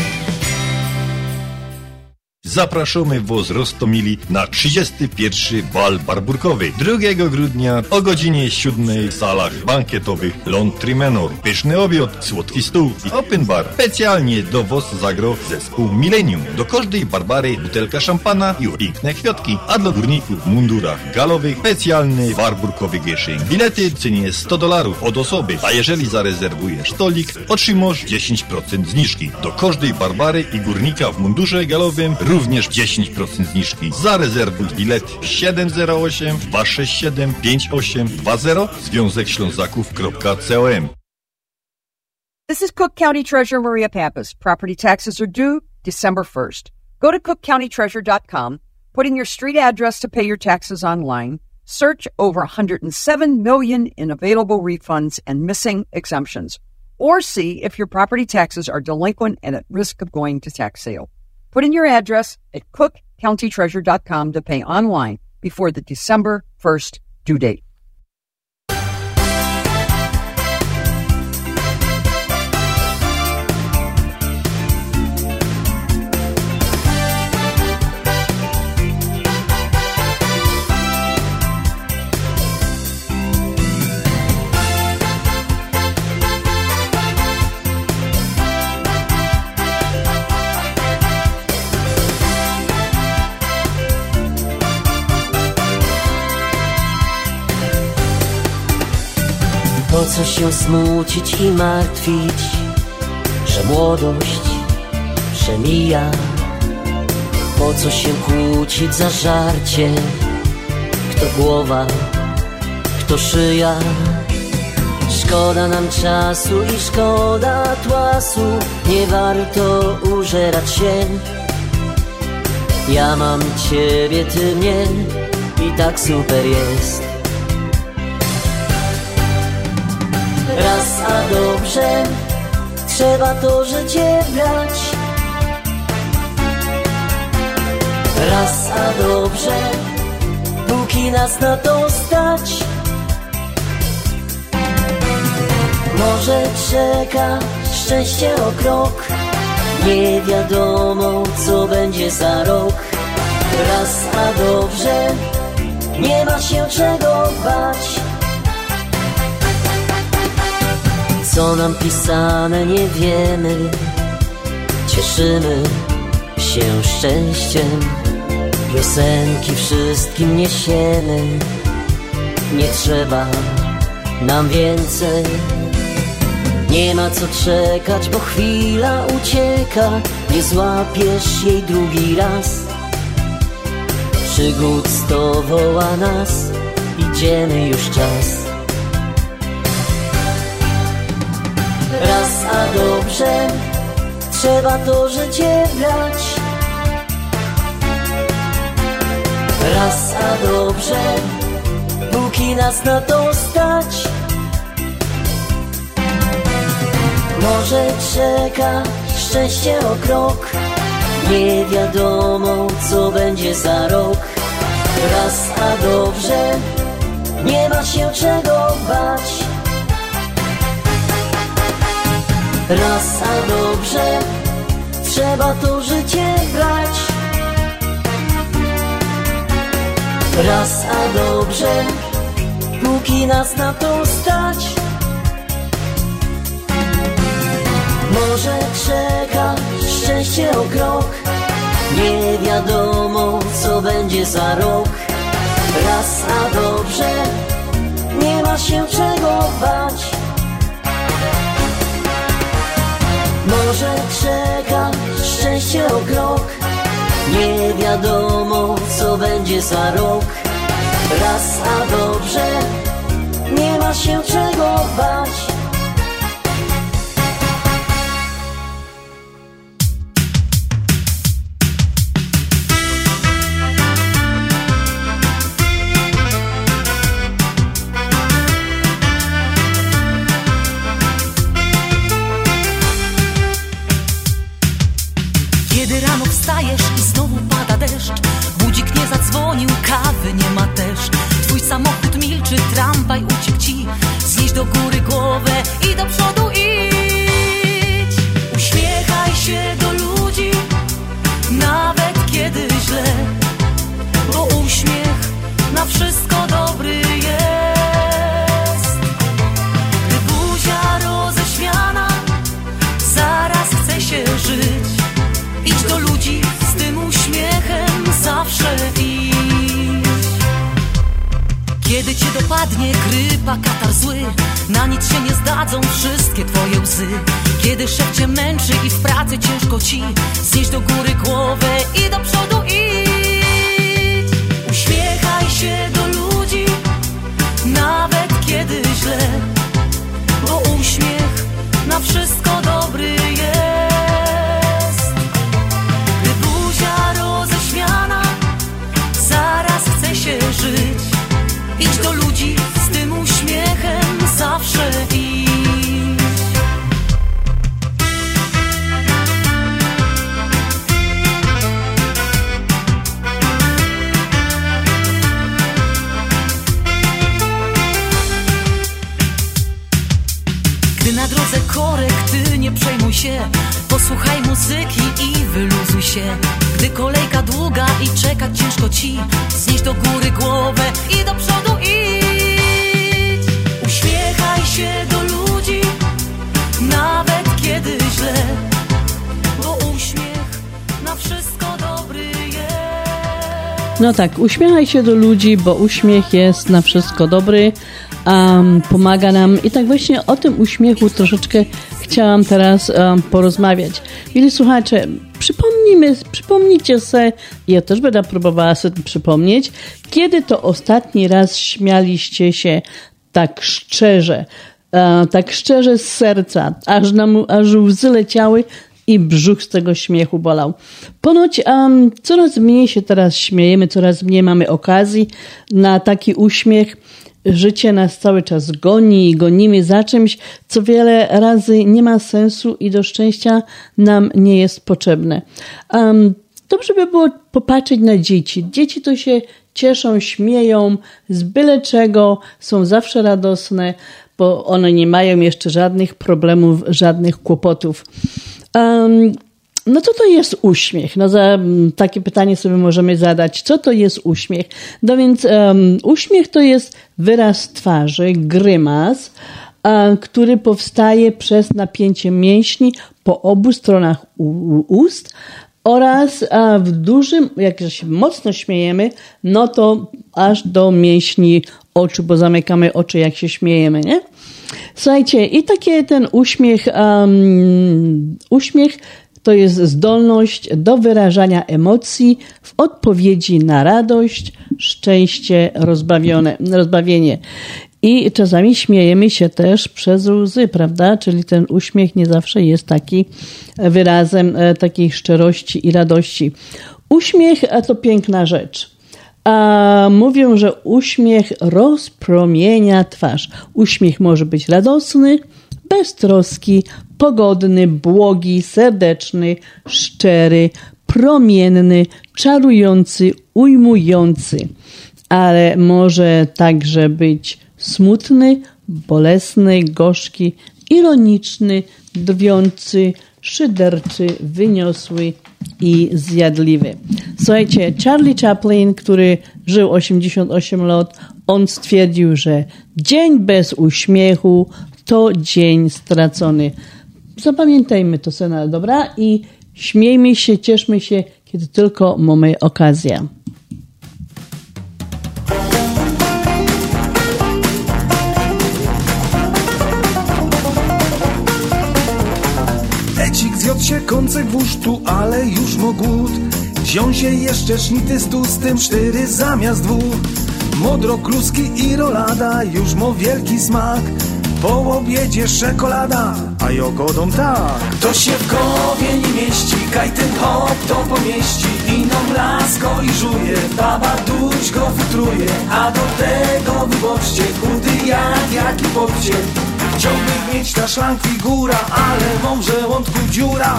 Zapraszamy was Roztomili na 31. bal barburkowy 2 grudnia o godzinie 7 w salach bankietowych Laundry Manor. Pyszny obiad, słodki stół i open bar. Specjalnie do was zagro zespół Millennium. Do każdej Barbary butelka szampana i piękne kwiatki, a dla górników w mundurach galowych specjalny barburkowy gieszyn. Bilety w cenie $100 od osoby, a jeżeli zarezerwujesz stolik, otrzymasz 10% zniżki. Do każdej Barbary i górnika w mundurze galowym również 10% zniżki. Zarezerwuj bilet 708 267 5820 związekślązaków.com. This is Cook County Treasurer Maria Pappas. Property taxes are due December 1st. Go to cookcountytreasurer.com, put in your street address to pay your taxes online, search over 107 million in available refunds and missing exemptions, or see if your property taxes are delinquent and at risk of going to tax sale. Put in your address at cookcountytreasurer.com to pay online before the December 1st due date. Po co się smucić i martwić, że młodość przemija? Po co się kłócić za żarcie? Kto głowa, kto szyja? Szkoda nam czasu i szkoda tłasu, nie warto użerać się. Ja mam ciebie, ty mnie i tak super jest. Raz a dobrze, trzeba to życie brać. Raz a dobrze, póki nas na to stać. Może czeka szczęście o krok, Nie wiadomo, co będzie za rok. Raz a dobrze, nie ma się czego bać. Co nam pisane, nie wiemy. Cieszymy się szczęściem. Piosenki wszystkim niesiemy. Nie trzeba nam więcej. Nie ma co czekać, bo chwila ucieka. Nie złapiesz jej drugi raz. Przygód sto woła nas. Idziemy już czas. Raz a dobrze, trzeba to życie brać. Raz a dobrze, póki nas na to stać. Może czeka szczęście o krok. Nie wiadomo, co będzie za rok. Raz a dobrze, nie ma się czego bać. Raz a dobrze, trzeba to życie brać. Raz a dobrze, póki nas na to stać. Może czeka szczęście o krok. Nie wiadomo, co będzie za rok. Raz a dobrze, nie ma się czego bać. Może czeka szczęście o krok. Nie wiadomo, co będzie za rok. Raz a dobrze, nie ma się czego bać. Kiedy rano wstajesz i znowu pada deszcz, budzik nie zadzwonił, kawy nie ma też. Twój samochód milczy, tramwaj uciekł ci. Znieś do góry głowę i do przodu idź. Uśmiechaj się do ludzi, nawet kiedy źle, bo uśmiech na wszystko dobry jest. Gdy buzia roześmiana, zaraz chce się żyć. Idź do ludzi z tym uśmiechem, zawsze idź. Kiedy cię dopadnie grypa, katar zły, na nic się nie zdadzą wszystkie twoje łzy. Kiedy szef cię męczy i w pracy ciężko ci, znieś do góry głowę i do przodu idź. Uśmiechaj się do ludzi, nawet kiedy źle, bo uśmiech na wszystko dobry jest. Gdy buzia roześmiana, zaraz chce się żyć. Idź do ludzi z tym uśmiechem, zawsze idź. Gdy na drodze korek, ty nie przejmuj się, posłuchaj muzyki i wyluzuj się. Gdy kolejka długa i czekać ciężko ci, znieś do góry głowę i do przodu idź. Uśmiechaj się do ludzi, nawet kiedy źle, bo uśmiech na wszystko dobry jest. No tak, uśmiechaj się do ludzi, bo uśmiech jest na wszystko dobry, pomaga nam. I tak właśnie o tym uśmiechu troszeczkę chciałam teraz porozmawiać. Mili słuchacze, przypomnijcie sobie, ja też będę próbowała sobie przypomnieć, kiedy to ostatni raz śmialiście się tak szczerze z serca, aż łzy leciały i brzuch z tego śmiechu bolał. Ponoć coraz mniej się teraz śmiejemy, coraz mniej mamy okazji na taki uśmiech. Życie nas cały czas goni i gonimy za czymś, co wiele razy nie ma sensu i do szczęścia nam nie jest potrzebne. Dobrze by było popatrzeć na dzieci. Dzieci to się cieszą, śmieją z byle czego, są zawsze radosne, bo one nie mają jeszcze żadnych problemów, żadnych kłopotów. No co to jest uśmiech? No za takie pytanie sobie możemy zadać. Co to jest uśmiech? No więc uśmiech to jest wyraz twarzy, grymas, który powstaje przez napięcie mięśni po obu stronach ust oraz w dużym, jak się mocno śmiejemy, no to aż do mięśni oczu, bo zamykamy oczy, jak się śmiejemy, nie? Słuchajcie, i takie ten uśmiech to jest zdolność do wyrażania emocji w odpowiedzi na radość, szczęście, rozbawienie. I czasami śmiejemy się też przez łzy, prawda? Czyli ten uśmiech nie zawsze jest taki wyrazem takiej szczerości i radości. Uśmiech to piękna rzecz. Mówią, że uśmiech rozpromienia twarz. Uśmiech może być radosny, beztroski, pogodny, błogi, serdeczny, szczery, promienny, czarujący, ujmujący. Ale może także być smutny, bolesny, gorzki, ironiczny, drwiący, szyderczy, wyniosły i zjadliwy. Słuchajcie, Charlie Chaplin, który żył 88 lat, on stwierdził, że dzień bez uśmiechu to dzień stracony. Zapamiętajmy to sobie, dobra? I śmiejmy się, cieszmy się, kiedy tylko mamy okazję. Ecik zjadł się kącek wusztu, ale już mo głód. Wziął się jeszcze sznity z tłustym, 4 zamiast 2. Modro kluski i rolada, już mo wielki smak. Po obiedzie czekolada, a jogodą tak. To się w głowie nie mieści, kaj ten hop to pomieści. Iną lasko i żuje, baba duś go futruje. A do tego wyboczcie, chudy jak jaki popcie. Chciałby mieć na szlank figura, ale mam w żołądku dziura.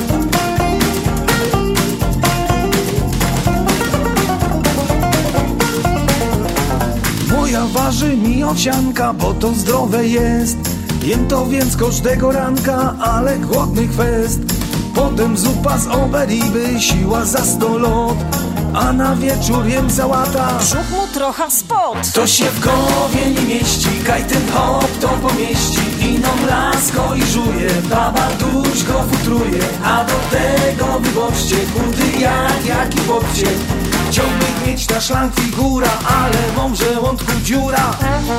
Moja waży mi owsianka, bo to zdrowe jest. Jem to więc każdego ranka, ale głodny kwest. Potem zupa z oberiby, siła za 100 lat. A na wieczór jem sałata. Brzuch mu trochę spod. To się w głowie nie mieści, kaj ten hop to pomieści. Iną lasko i żuje, baba duś go futruje. A do tego wyboczcie, chudy jak jaki popcie. Chciałby mieć na szlank figura, ale mam w żołądku dziura.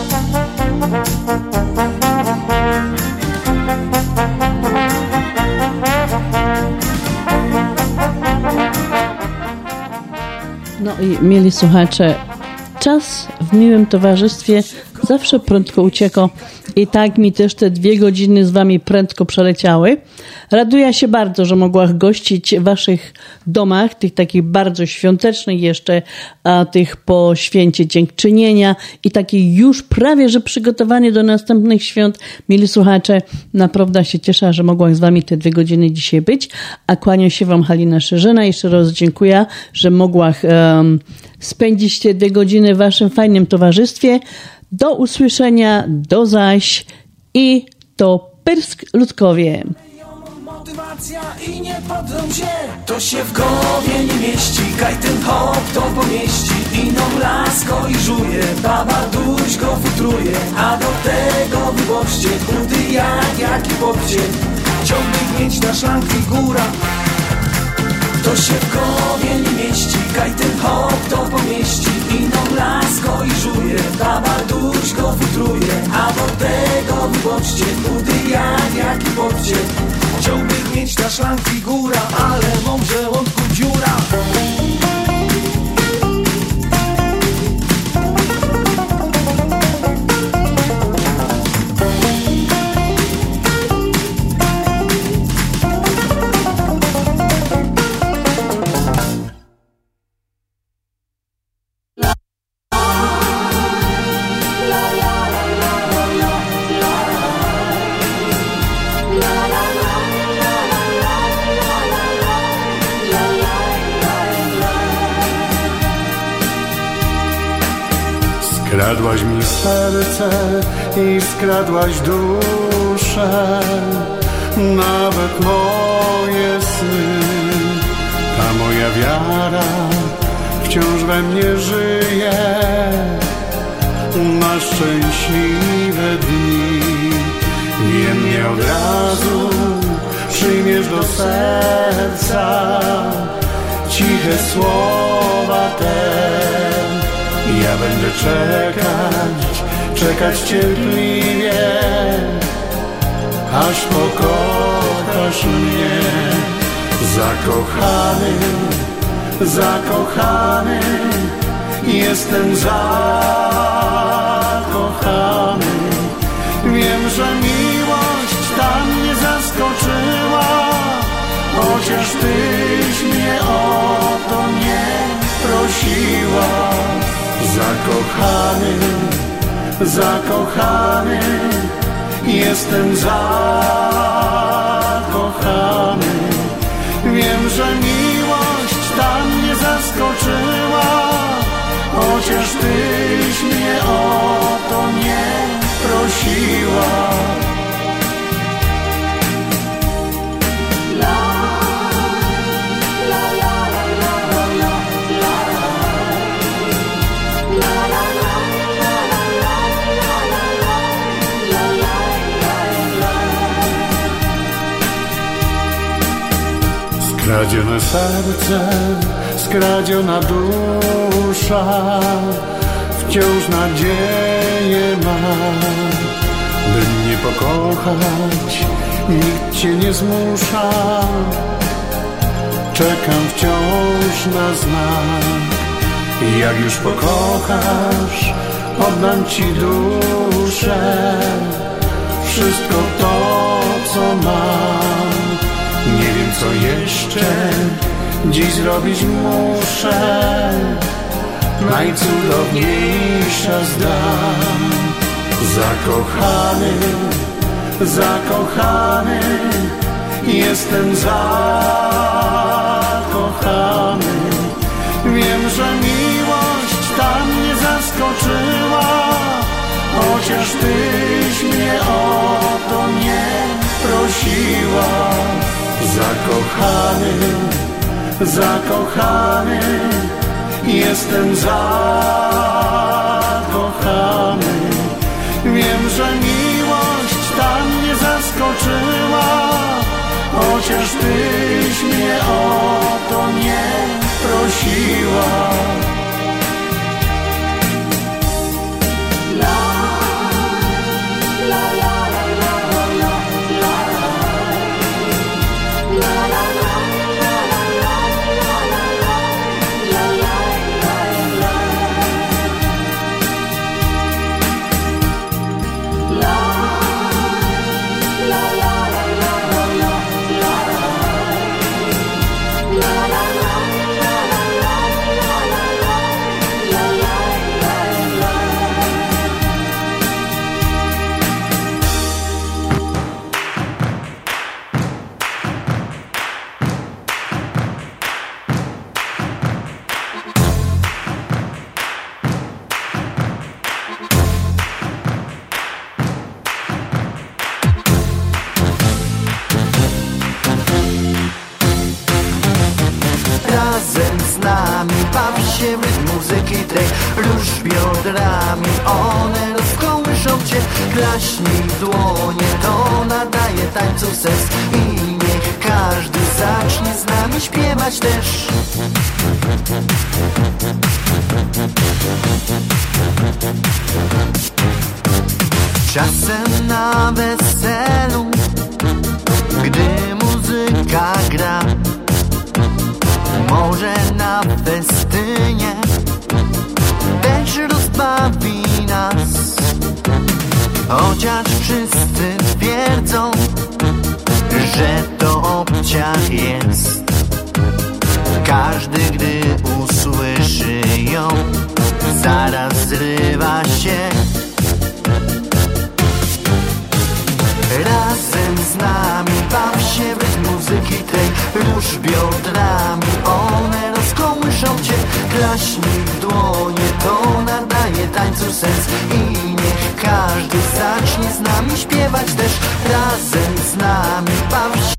No i mieli słuchacze, czas w miłym towarzystwie zawsze prędko ucieka i tak mi też te 2 godziny z wami prędko przeleciały. Raduję się bardzo, że mogłam gościć w waszych domach, tych takich bardzo świątecznych jeszcze, a tych po święcie dziękczynienia i taki już prawie, że przygotowany do następnych świąt. Mieli słuchacze, naprawdę się cieszę, że mogłam z wami te 2 godziny dzisiaj być, a kłaniam się wam Halina Szerzyna. Jeszcze raz dziękuję, że mogłam spędzić te 2 godziny w waszym fajnym towarzystwie. Do usłyszenia, do zaś i to Pyrsk Ludkowie. Motywacja i nie poddam się. To się w głowie nie mieści, kaj ten hop to pomieści. Iną lasko i żuje, baba duś go futruje. A do tego wyboczcie, chudy jak jaki popcie. Chciałby mieć na szlank figura. To się w głowie nie mieści, kaj ten hop to pomieści. Iną lasko i żuje, baba duś go futruje. A do tego wyboczcie, chudy jak jaki popcie. Chciałby mieć na szlank figura, ale mam w żołądku dziura. Skradłaś mi serce i skradłaś duszę. nawet moje sny. Ta moja wiara wciąż we mnie żyje, na szczęśliwe dni. Wiem, nie od razu przyjmiesz do serca ciche słowa te. Ja będę czekać cierpliwie, aż pokochasz mnie. Zakochany, jestem zakochany. Wiem, że miłość ta mnie zaskoczyła, chociaż tyś mnie o to nie prosiła. Zakochany, jestem zakochany. Wiem, że miłość ta mnie zaskoczyła, chociaż tyś mnie o to nie prosiła. Skradzione serce, skradziona dusza, wciąż nadzieję mam, by mnie pokochać, nikt cię nie zmusza. Czekam wciąż na znak. Jak już pokochasz, oddam ci duszę, wszystko to, co mam. Nie wiem, co jeszcze dziś zrobić muszę, najcudowniejsza zdam. Zakochany, jestem zakochany. Wiem, że miłość ta mnie zaskoczyła, chociaż tyś mnie o to nie prosiła. Zakochany, jestem zakochany. Wiem, że miłość ta mnie zaskoczyła, chociaż tyś mnie o to nie prosiła. Rusz biodrami, one rozkołyszą cię. Klaśnij w dłonie, to nadaje tańcu sens. I niech każdy zacznie z nami śpiewać też. Czasem na weselu, gdy muzyka gra, może na festynie też rozbawi nas. Chociaż wszyscy twierdzą, że to obciach jest. Każdy, gdy usłyszy ją, zaraz zrywa się. Razem z nami baw się w rytm muzyki tej. Rusz biodrami, one rozkołyszą cię. Klaśnij w dłonie, to nadaje tańcu sens. I niech każdy zacznie z nami śpiewać też razem z nami baw się.